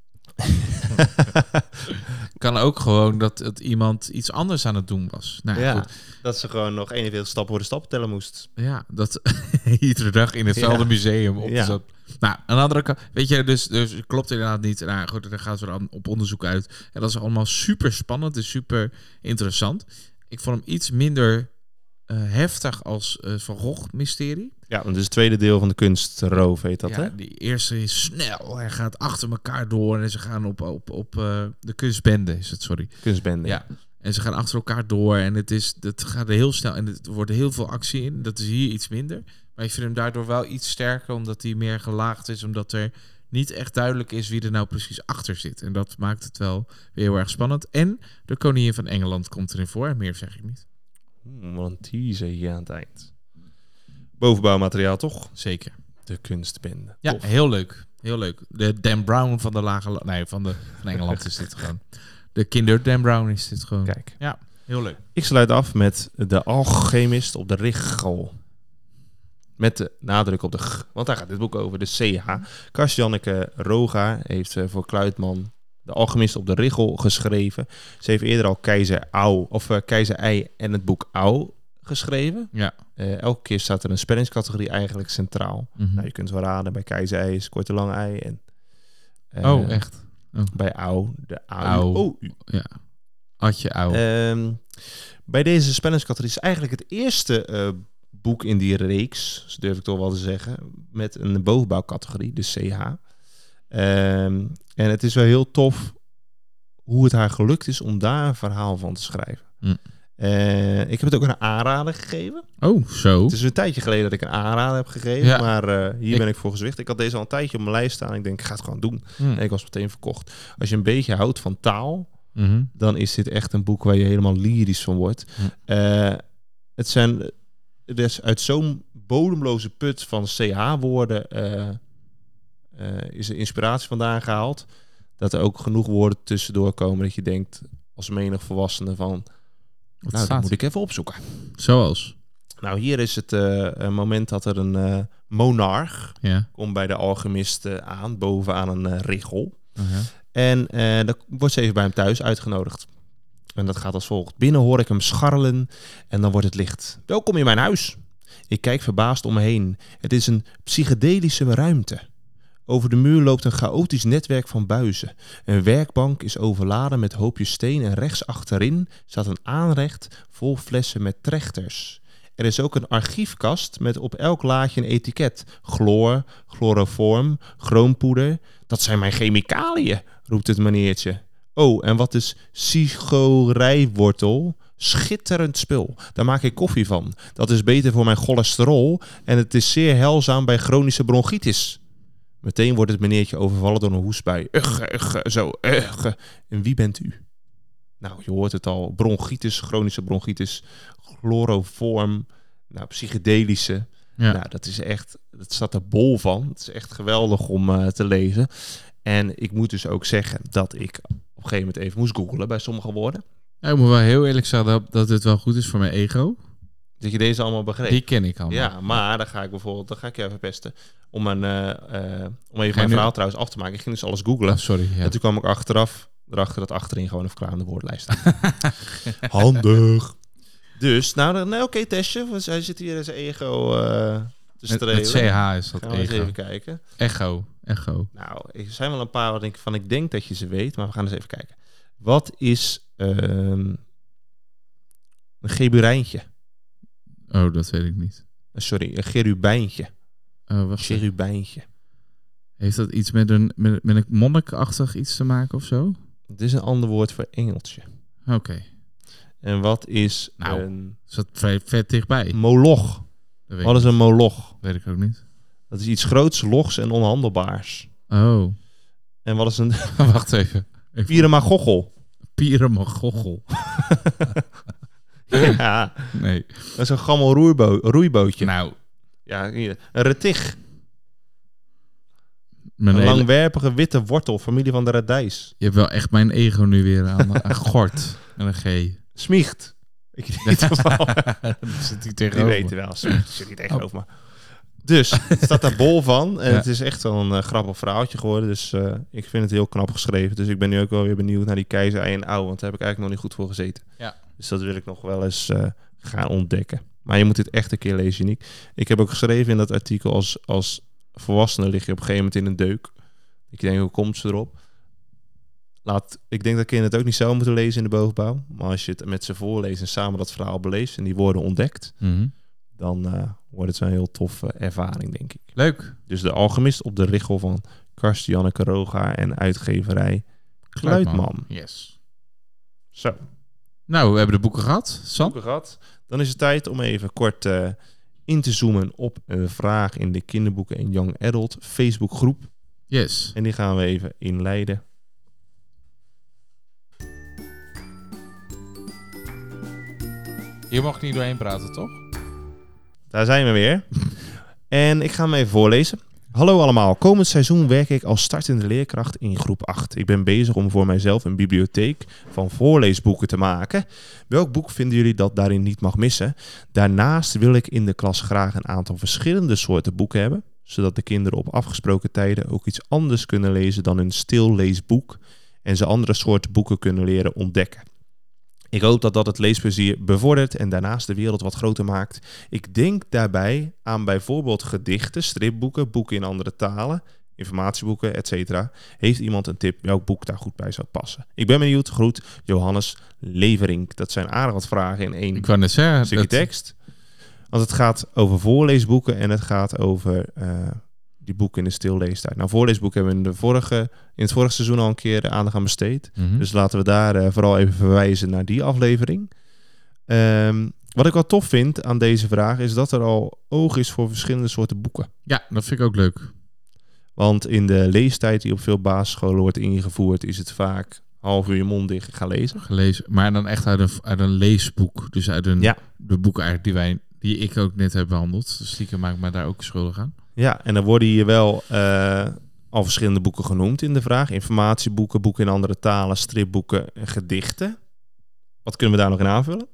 Kan ook gewoon dat het iemand iets anders aan het doen was. Nou, ja, goed. dat ze gewoon nog eenenveertig stappen voor de stap tellen moest. Ja, dat iedere dag in hetzelfde Ja. museum op Ja. zat. Nou, aan de andere kant, weet je, dus, dus klopt inderdaad niet. Nou goed, daar gaan ze dan op onderzoek uit. En dat is allemaal super spannend, dus super interessant. Ik vond hem iets minder uh, heftig als uh, Van Gogh mysterie. Ja, want het is het tweede deel van de kunstroof, heet dat, ja, hè? Die eerste is snel. Hij gaat achter elkaar door en ze gaan op, op, op uh, de kunstbende, is het, sorry. Kunstbende. Ja. En ze gaan achter elkaar door en het, is, het gaat er heel snel en er wordt heel veel actie in. Dat is hier iets minder. Maar ik vind hem daardoor wel iets sterker, omdat hij meer gelaagd is. Omdat er niet echt duidelijk is wie er nou precies achter zit. En dat maakt het wel weer heel erg spannend. En de koningin van Engeland komt erin voor. En meer zeg ik niet. Hmm, wat een teaser hier aan het eind. Bovenbouwmateriaal, toch? Zeker. De kunstbende. Ja, Tof. heel leuk. Heel leuk. De Dan Brown van de lage... La- nee, van, de, van Engeland is dit gewoon. De kinder Dan Brown is dit gewoon. Kijk. Ja, heel leuk. Ik sluit af met de alchemist op de Richel. Met de nadruk op de G. Want daar gaat dit boek over. De C H. Kars-Janneke Roga heeft uh, voor Kluitman de alchemist op de Richel geschreven. Ze heeft eerder al Keizer Au of uh, Keizer Ei en het boek Au geschreven. Ja. Uh, elke keer staat er een spellingscategorie eigenlijk centraal. Mm-hmm. Nou, je kunt wel raden, bij Keizer Ei is korte lange ei. En, uh, oh, echt? Oh. Bij Au, de Au. Au. Oh, ja. Atje Au. Um, bij deze spellingscategorie is eigenlijk het eerste uh, boek in die reeks, zo durf ik toch wel te zeggen, met een bovenbouwcategorie, de C H. Um, en het is wel heel tof hoe het haar gelukt is om daar een verhaal van te schrijven. Mm. Uh, ik heb het ook een aanrader gegeven. Oh, zo. Het is een tijdje geleden dat ik een aanrader heb gegeven, ja. maar uh, hier ik... ben ik voor gezwicht. Ik had deze al een tijdje op mijn lijst staan. Ik denk, ik ga het gewoon doen. Mm. En ik was meteen verkocht. Als je een beetje houdt van taal, mm-hmm. dan is dit echt een boek waar je helemaal lyrisch van wordt. Mm. Uh, het zijn dus uit zo'n bodemloze put van C H-woorden uh, uh, is er inspiratie vandaan gehaald. Dat er ook genoeg woorden tussendoor komen dat je denkt als menig volwassene van, wat nou, dat moet ik even opzoeken. Zoals? Nou, hier is het uh, een moment dat er een uh, monarch ja. komt bij de alchemist uh, aan, bovenaan een uh, richel. Uh-huh. En uh, dan wordt ze even bij hem thuis uitgenodigd. En dat gaat als volgt. Binnen hoor ik hem scharrelen en dan wordt het licht. Welkom in mijn huis. Ik kijk verbaasd om me heen. Het is een psychedelische ruimte. Over de muur loopt een chaotisch netwerk van buizen. Een werkbank is overladen met hoopjes steen en rechts achterin staat een aanrecht vol flessen met trechters. Er is ook een archiefkast met op elk laadje een etiket. Chloor, chloroform, chroompoeder. Dat zijn mijn chemicaliën, roept het meneertje. Oh, en wat is sigorijwortel? Schitterend spul. Daar maak ik koffie van. Dat is beter voor mijn cholesterol en het is zeer heilzaam bij chronische bronchitis. Meteen wordt het meneertje overvallen door een hoestbui. Ugge, ugge, zo, ugge. En wie bent u? Nou, je hoort het al. Bronchitis, chronische bronchitis, chloroform, nou, psychedelische. Ja. Nou, dat is echt, dat staat er bol van. Het is echt geweldig om uh, te lezen. En ik moet dus ook zeggen dat ik op een gegeven moment even moest googlen bij sommige woorden. Ja, ik moet wel heel eerlijk zeggen dat, dat dit wel goed is voor mijn ego. Dat je deze allemaal begreep. Die ken ik allemaal. Ja, maar dan ga ik bijvoorbeeld, dan ga ik je even pesten. Om, een, uh, uh, om even mijn verhaal nu... trouwens af te maken. Ik ging dus alles googlen. Oh, sorry. Ja. En toen kwam ik achteraf, erachter dat achterin gewoon een verklarende woordenlijst staat. Handig. Dus, nou, nou oké, okay, testje. Hij zit hier in zijn ego uh, te strelen. Met, met C H is dat gaan we ego. eens even kijken. Echo. Echo. Nou, er zijn wel een paar waar ik van ik denk dat je ze weet, maar we gaan eens even kijken. Wat is um, een geburijntje? Oh, dat weet ik niet. Sorry, een cherubijntje. Oh, wacht. Cherubijntje. Heeft dat iets met een, met, met een monnikachtig iets te maken of zo? Het is een ander woord voor engeltje. Oké. Okay. En wat is nou, een... is dat vrij vet dichtbij? Moloch. Wat is een moloch? Weet ik ook niet. Dat is iets groots, logs en onhandelbaars. Oh. En wat is een... Wacht even. Pieremagochel. Pieremagochel. Ja. Nee. Dat is een gammel roeibo- roeibootje. Nou, Ja, hier. Een retig. Mijn Een hele- langwerpige witte wortel, familie van de radijs. Je hebt wel echt mijn ego nu weer aan. Een gort met een G. Smiecht. Ik weet niet of Dat zit hier Die tegenover. weten wel. Smiecht zit niet tegenover me. Dus, het staat daar bol van. En Ja. het is echt wel een uh, grappig verhaaltje geworden. Dus uh, ik vind het heel knap geschreven. Dus ik ben nu ook wel weer benieuwd naar die keizer ei en ouw. Want daar heb ik eigenlijk nog niet goed voor gezeten. Ja. Dus dat wil ik nog wel eens uh, gaan ontdekken. Maar je moet dit echt een keer lezen, Uniek. Ik heb ook geschreven in dat artikel... als, als volwassene lig je op een gegeven moment in een deuk. Ik denk, hoe komt ze erop? Laat, ik denk dat kinderen het ook niet zelf moeten lezen in de bovenbouw. Maar als je het met ze voorleest en samen dat verhaal beleest... en die worden ontdekt... Mm-hmm. dan uh, wordt het zo'n heel toffe ervaring, denk ik. Leuk. Dus De Alchemist op de richel van Karsten Janneke Rogaar en uitgeverij Kluitman. Yes. Zo. Nou, we hebben de boeken gehad. Sam? Boeken gehad. Dan is het tijd om even kort uh, in te zoomen op een vraag in de kinderboeken en Young Adult Facebook groep. Yes. En die gaan we even inleiden. Hier mag ik niet doorheen praten, toch? Daar zijn we weer. En ik ga hem even voorlezen. Hallo allemaal, komend seizoen werk ik als startende leerkracht in groep acht. Ik ben bezig om voor mijzelf een bibliotheek van voorleesboeken te maken. Welk boek vinden jullie dat daarin niet mag missen? Daarnaast wil ik in de klas graag een aantal verschillende soorten boeken hebben, zodat de kinderen op afgesproken tijden ook iets anders kunnen lezen dan een stilleesboek en ze andere soorten boeken kunnen leren ontdekken. Ik hoop dat dat het leesplezier bevordert en daarnaast de wereld wat groter maakt. Ik denk daarbij aan bijvoorbeeld gedichten, stripboeken, boeken in andere talen, informatieboeken, et cetera. Heeft iemand een tip welk boek daar goed bij zou passen? Ik ben benieuwd. Groet, Johannes Leverink. Dat zijn aardig wat vragen in één Ik wou net zeggen. stukje dat... tekst. Want het gaat over voorleesboeken en het gaat over uh, die boeken in de stilleestijd. Nou, voorleesboeken hebben we in, de vorige, in het vorige seizoen al een keer aandacht aan besteed. Mm-hmm. Dus laten we daar uh, vooral even verwijzen naar die aflevering. Um, wat ik wel tof vind aan deze vraag is dat er al oog is voor verschillende soorten boeken. Ja, dat vind ik ook leuk. Want in de leestijd die op veel basisscholen wordt ingevoerd, is het vaak half uur je mond dicht gaan lezen. Gelezen, maar dan echt uit een, uit een leesboek. Dus uit een Ja. de boeken eigenlijk die wij, die ik ook net heb behandeld. Dus stiekem maak ik me daar ook schuldig aan. Ja, en dan worden hier wel uh, al verschillende boeken genoemd in de vraag. Informatieboeken, boeken in andere talen, stripboeken en gedichten. Wat kunnen we daar nog in aanvullen?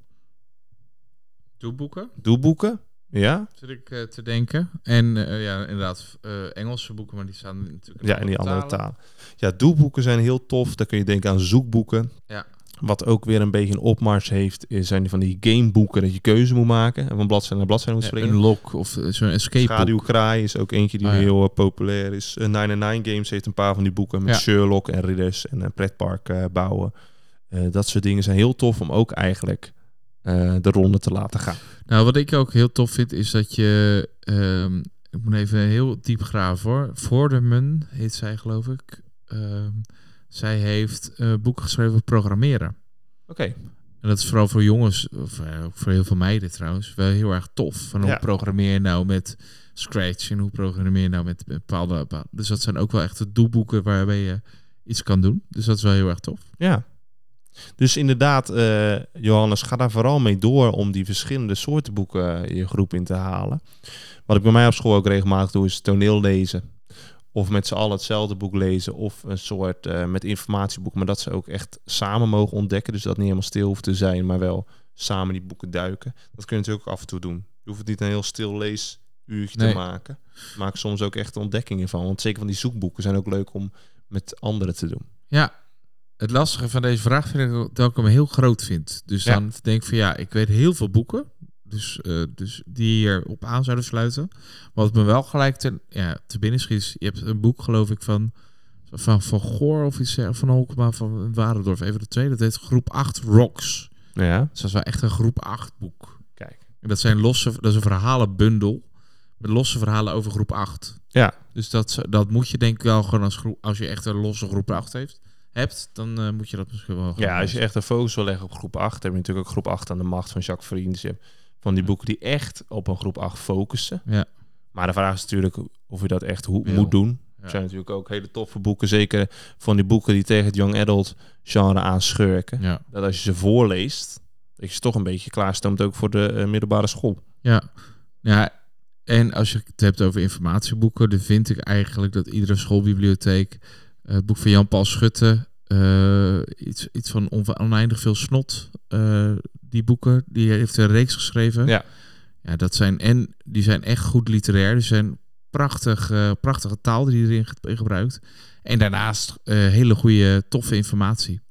Doelboeken? Doelboeken, ja. Zit ik uh, te denken. En uh, ja, inderdaad uh, Engelse boeken, maar die staan natuurlijk in Ja, in die andere talen. talen. Ja, doelboeken zijn heel tof. Daar kun je denken aan zoekboeken. Ja. Wat ook weer een beetje een opmars heeft, zijn van die gameboeken dat je keuze moet maken en van bladzijde naar bladzijde moet Ja, springen. een lock of uh, zo'n escape boek. Schaduwkraai is ook eentje die Oh, ja. heel uh, populair is. Uh, nine and nine Games heeft een paar van die boeken met Ja. Sherlock en ridders en een pretpark uh, bouwen. Uh, dat soort dingen zijn heel tof om ook eigenlijk uh, de ronde te laten gaan. Nou, wat ik ook heel tof vind, is dat je... Um, ik moet even heel diep graven hoor. Vorderman heet zij, geloof ik. Um, zij heeft uh, boeken geschreven over programmeren. Oké. Okay. En dat is vooral voor jongens, of uh, ook voor heel veel meiden trouwens, wel heel erg tof. Van hoe Ja. programmeer je nou met Scratch en hoe programmeer je nou met bepaalde, bepaalde... Dus dat zijn ook wel echt de doelboeken waarbij je iets kan doen. Dus dat is wel heel erg tof. Ja. Dus inderdaad, uh, Johannes, ga daar vooral mee door om die verschillende soorten boeken uh, je groep in te halen. Wat ik bij mij op school ook regelmatig doe, is toneel lezen. Of met z'n allen hetzelfde boek lezen. Of een soort uh, met informatieboek. Maar dat ze ook echt samen mogen ontdekken. Dus dat niet helemaal stil hoeft te zijn. Maar wel samen die boeken duiken. Dat kun je natuurlijk ook af en toe doen. Je hoeft het niet een heel stil leesuurtje Nee. te maken. Maak soms ook echt ontdekkingen van. Want zeker van die zoekboeken zijn ook leuk om met anderen te doen. Ja, het lastige van deze vraag vind ik dat ik hem heel groot vind. Dus Ja. dan denk ik van ja, ik weet heel veel boeken. Dus, uh, dus die hier op aan zouden sluiten. Wat me wel gelijk te, ja, te binnen schiet is, je hebt een boek geloof ik van van Van Goor of iets van Holkema van Warendorf. Even de tweede, dat heet groep acht Rocks. Ja. Dus dat is wel echt een groep acht boek. Kijk. En dat zijn losse, dat is een verhalenbundel met losse verhalen over groep acht. Ja. Dus dat, dat moet je denk ik wel gewoon als groep, als je echt een losse groep acht heeft, hebt, dan uh, moet je dat misschien wel. Ja, als je echt een focus wil leggen op groep acht, heb je natuurlijk ook groep acht aan de macht van Jacques Vriends. Van die boeken die echt op een groep acht focussen. Ja. Maar de vraag is natuurlijk of je dat echt ho- Wil. moet doen. Ja. Er zijn natuurlijk ook hele toffe boeken. Zeker van die boeken die tegen het young adult genre aanschurken. Ja. Dat als je ze voorleest, dat je ze toch een beetje klaarstoomt ook voor de uh, middelbare school. Ja. Ja, En als je het hebt over informatieboeken, dan vind ik eigenlijk dat iedere schoolbibliotheek uh, het boek van Jan-Paul Schutte, uh, iets, iets van on- oneindig veel snot, uh, die boeken, die heeft een reeks geschreven. Ja. Ja, dat zijn en die zijn echt goed literair. Die zijn prachtig, uh, prachtige taal die erin ge- gebruikt. En daarnaast uh, hele goede, toffe informatie.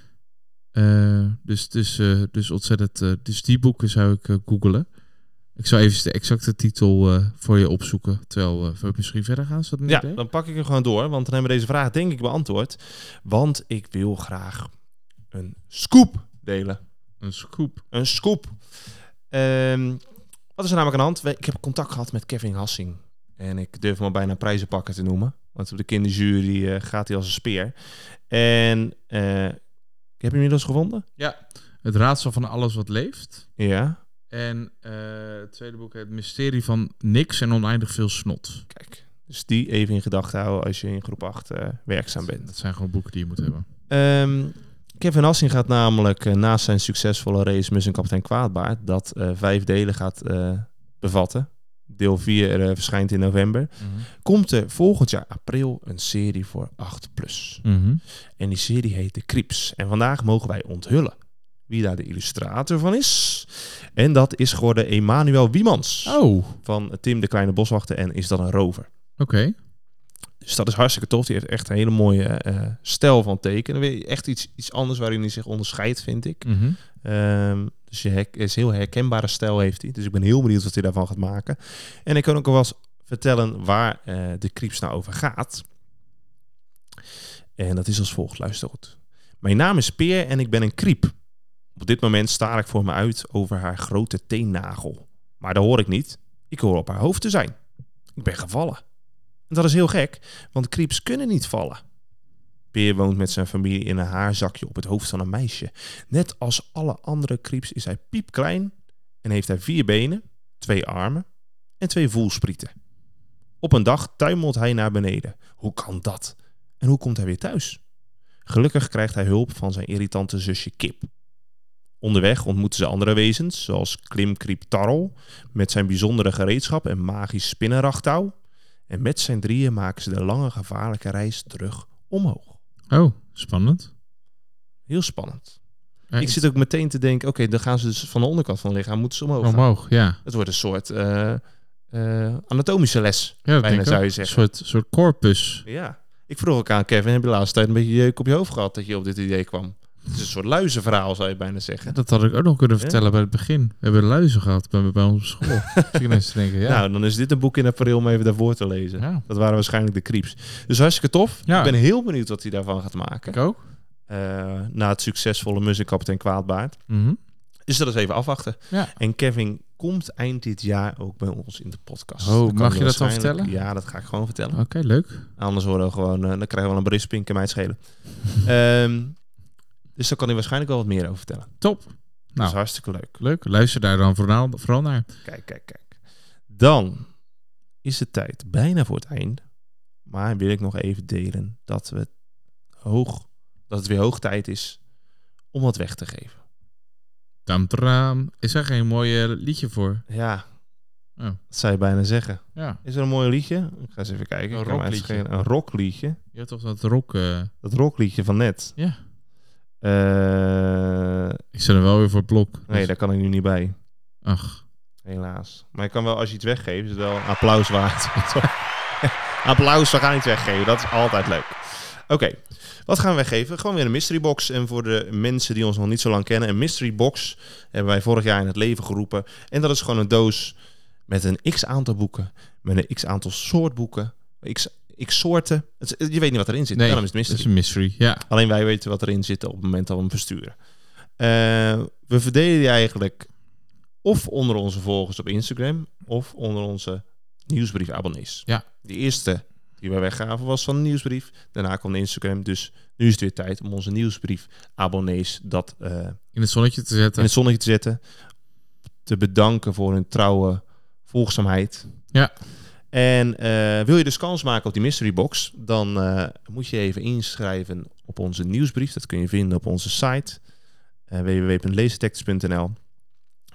Uh, dus, dus, uh, dus ontzettend. Uh, dus die boeken zou ik uh, googlen. Ik zou even de exacte titel uh, voor je opzoeken. Terwijl uh, we misschien verder gaan. Is dat een Ja, idee? dan pak ik er gewoon door. Want dan hebben we deze vraag denk ik beantwoord. Want ik wil graag een scoop delen. Een scoop. Een scoop. Um, wat is er namelijk aan de hand? Ik heb contact gehad met Kevin Hassing. En ik durf hem al bijna prijzenpakker te noemen. Want op de kinderjury uh, gaat hij als een speer. En uh, heb je hem inmiddels gevonden? Ja, het raadsel van alles wat leeft. Ja. En uh, het tweede boek, het mysterie van niks en oneindig veel snot. Kijk, dus die even in gedachten houden als je in groep acht uh, werkzaam bent. Dat zijn gewoon boeken die je moet hebben. Um, Kevin Hassing gaat namelijk uh, naast zijn succesvolle race Mus en Kapitein Kwaadbaard, dat uh, vijf delen gaat uh, bevatten. Deel vier uh, verschijnt in november. Mm-hmm. Komt er volgend jaar april een serie voor acht plus. Mm-hmm. En die serie heet De Krieps. En vandaag mogen wij onthullen wie daar de illustrator van is. En dat is geworden Emanuel Wiemans. Oh. Van Tim de Kleine Boswachter en Is dat een rover. Oké. Okay. Dus dat is hartstikke tof. Die heeft echt een hele mooie uh, stijl van tekenen. Weer echt iets, iets anders waarin hij zich onderscheidt, vind ik. Mm-hmm. Um, dus je her- is heel herkenbare stijl heeft hij. Dus ik ben heel benieuwd wat hij daarvan gaat maken. En ik kan ook al wel eens vertellen waar uh, de Krieps nou over gaat. En dat is als volgt. Luister goed. Mijn naam is Peer en ik ben een kriep. Op dit moment staar ik voor me uit over haar grote teennagel. Maar dat hoor ik niet. Ik hoor op haar hoofd te zijn. Ik ben gevallen. En dat is heel gek, want krieps kunnen niet vallen. Peer woont met zijn familie in een haarzakje op het hoofd van een meisje. Net als alle andere krieps is hij piepklein en heeft hij vier benen, twee armen en twee voelsprieten. Op een dag tuimelt hij naar beneden. Hoe kan dat? En hoe komt hij weer thuis? Gelukkig krijgt hij hulp van zijn irritante zusje Kip. Onderweg ontmoeten ze andere wezens, zoals Klimkriep Tarrel, met zijn bijzondere gereedschap en magisch spinnenragtouw. En met zijn drieën maken ze de lange gevaarlijke reis terug omhoog. Oh, spannend. Heel spannend. Ja, ik zit ook meteen te denken, oké, okay, dan gaan ze dus van de onderkant van het lichaam moeten ze omhoog gaan. Omhoog, ja. Het wordt een soort uh, uh, anatomische les, ja, bijna zou je zeggen. Een soort, soort corpus. Ja. Ik vroeg ook aan Kevin, heb je de laatste tijd een beetje jeuk op je hoofd gehad dat je op dit idee kwam? Het is een soort luizenverhaal, zou je bijna zeggen. Dat had ik ook nog kunnen vertellen ja? bij het begin. We hebben luizen gehad bij, bij ons op school. te denken, ja. Nou, dan is dit een boek in april om even daarvoor te lezen. Ja. Dat waren waarschijnlijk de Krieps. Dus hartstikke tof. Ja. Ik ben heel benieuwd wat hij daarvan gaat maken. Ik ook. Uh, na het succesvolle Mus en Kapitein Kwaadbaard. Mm-hmm. Dus dat is even afwachten. Ja. En Kevin komt eind dit jaar ook bij ons in de podcast. Oh, mag je dat dan vertellen? Ja, dat ga ik gewoon vertellen. Oké, okay, leuk. Anders horen we gewoon, uh, dan krijgen we wel een berisping, kan mij het schelen. um, Dus daar kan hij waarschijnlijk wel wat meer over vertellen. Top. Dat nou, is hartstikke leuk. Leuk. Luister daar dan vooral, vooral naar. Kijk, kijk, kijk. Dan is de tijd bijna voor het einde. Maar wil ik nog even delen dat, we hoog, dat het weer hoog tijd is om wat weg te geven. Tamtraam. Is er geen mooi uh, liedje voor? Ja, oh. dat zou je bijna zeggen. Ja. Is er een mooi liedje? Ik ga eens even kijken. Een rockliedje. Een rockliedje. Ja, toch dat rock... Uh... Dat rockliedje van net. Ja. Uh, ik zet er wel weer voor het blok. Dus... Nee, daar kan ik nu niet bij. Ach. Helaas. Maar je kan wel, als je iets weggeeft, is het wel applaus waard. Applaus, we gaan iets weggeven. Dat is altijd leuk. Oké, okay. Wat gaan we weggeven? Gewoon weer een mystery box. En voor de mensen die ons nog niet zo lang kennen, een mystery box hebben wij vorig jaar in het leven geroepen. En dat is gewoon een doos met een x-aantal boeken, met een x-aantal soort boeken, x, x soorten. Het, je weet niet wat erin zit. Nee, daarom is het mystery. Het is een mystery, ja. Alleen wij weten wat erin zit op het moment dat we hem versturen. Uh, we verdelen die eigenlijk of onder onze volgers op Instagram of onder onze nieuwsbrief-abonnees. Ja. De eerste die wij weggaven was van de nieuwsbrief. Daarna kwam de Instagram. Dus nu is het weer tijd om onze nieuwsbrief-abonnees dat uh, in het zonnetje te zetten. In het zonnetje te zetten. Te bedanken voor hun trouwe volgzaamheid. Ja. En uh, wil je dus kans maken op die mystery box, dan uh, moet je even inschrijven op onze nieuwsbrief. Dat kun je vinden op onze site uh, w w w punt leestexts punt n l.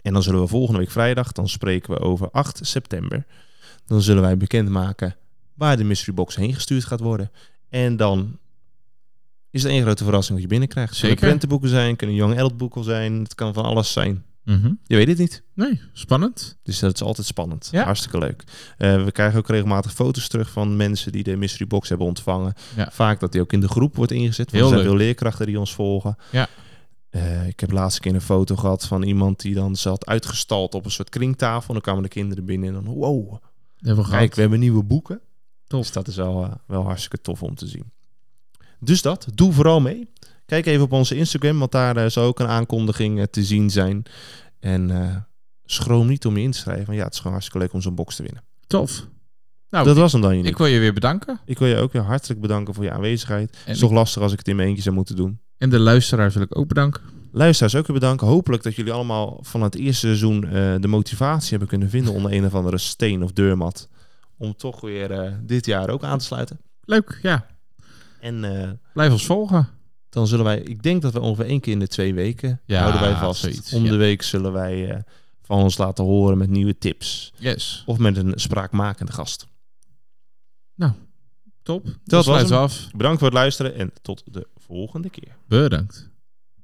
En dan zullen we volgende week vrijdag, dan spreken we over acht september. Dan zullen wij bekendmaken waar de mystery box heen gestuurd gaat worden. En dan is het één grote verrassing wat je binnenkrijgt. Het kunnen prentenboeken zijn, kunnen young adult boeken zijn. Het kan van alles zijn. Mm-hmm. Je weet het niet. Nee, spannend. Dus dat is altijd spannend. Ja. Hartstikke leuk. Uh, we krijgen ook regelmatig foto's terug van mensen die de mystery box hebben ontvangen. Ja. Vaak dat die ook in de groep wordt ingezet. Want er zijn veel leerkrachten die ons volgen. Ja. Uh, ik heb laatst keer een foto gehad van iemand die dan zat uitgestald op een soort kringtafel. En dan kwamen de kinderen binnen en dan wow. Hebben we Kijk, gehad. we hebben nieuwe boeken. Tof. Dus dat is wel, uh, wel hartstikke tof om te zien. Dus dat, doe vooral mee. Kijk even op onze Instagram, want daar uh, zal ook een aankondiging uh, te zien zijn. En uh, schroom niet om je in te schrijven. Want ja, het is gewoon hartstikke leuk om zo'n box te winnen. Tof. Nou, dat was hem dan. Ik wil je weer bedanken. Ik wil je ook weer hartelijk bedanken voor je aanwezigheid. Het is toch lastig als ik het in mijn eentje zou moeten doen. En de luisteraars wil ik ook bedanken. Luisteraars ook weer bedanken. Hopelijk dat jullie allemaal van het eerste seizoen uh, de motivatie hebben kunnen vinden onder een of andere steen of deurmat. Om toch weer uh, dit jaar ook aan te sluiten. Leuk, ja. En uh, blijf ons volgen. Dan zullen wij, ik denk dat we ongeveer één keer in de twee weken ja, houden wij vast. Zoiets, Om ja. de week zullen wij uh, van ons laten horen met nieuwe tips. Yes. Of met een spraakmakende gast. Nou, top. Dat was hem. Af. Bedankt voor het luisteren en tot de volgende keer. Bedankt.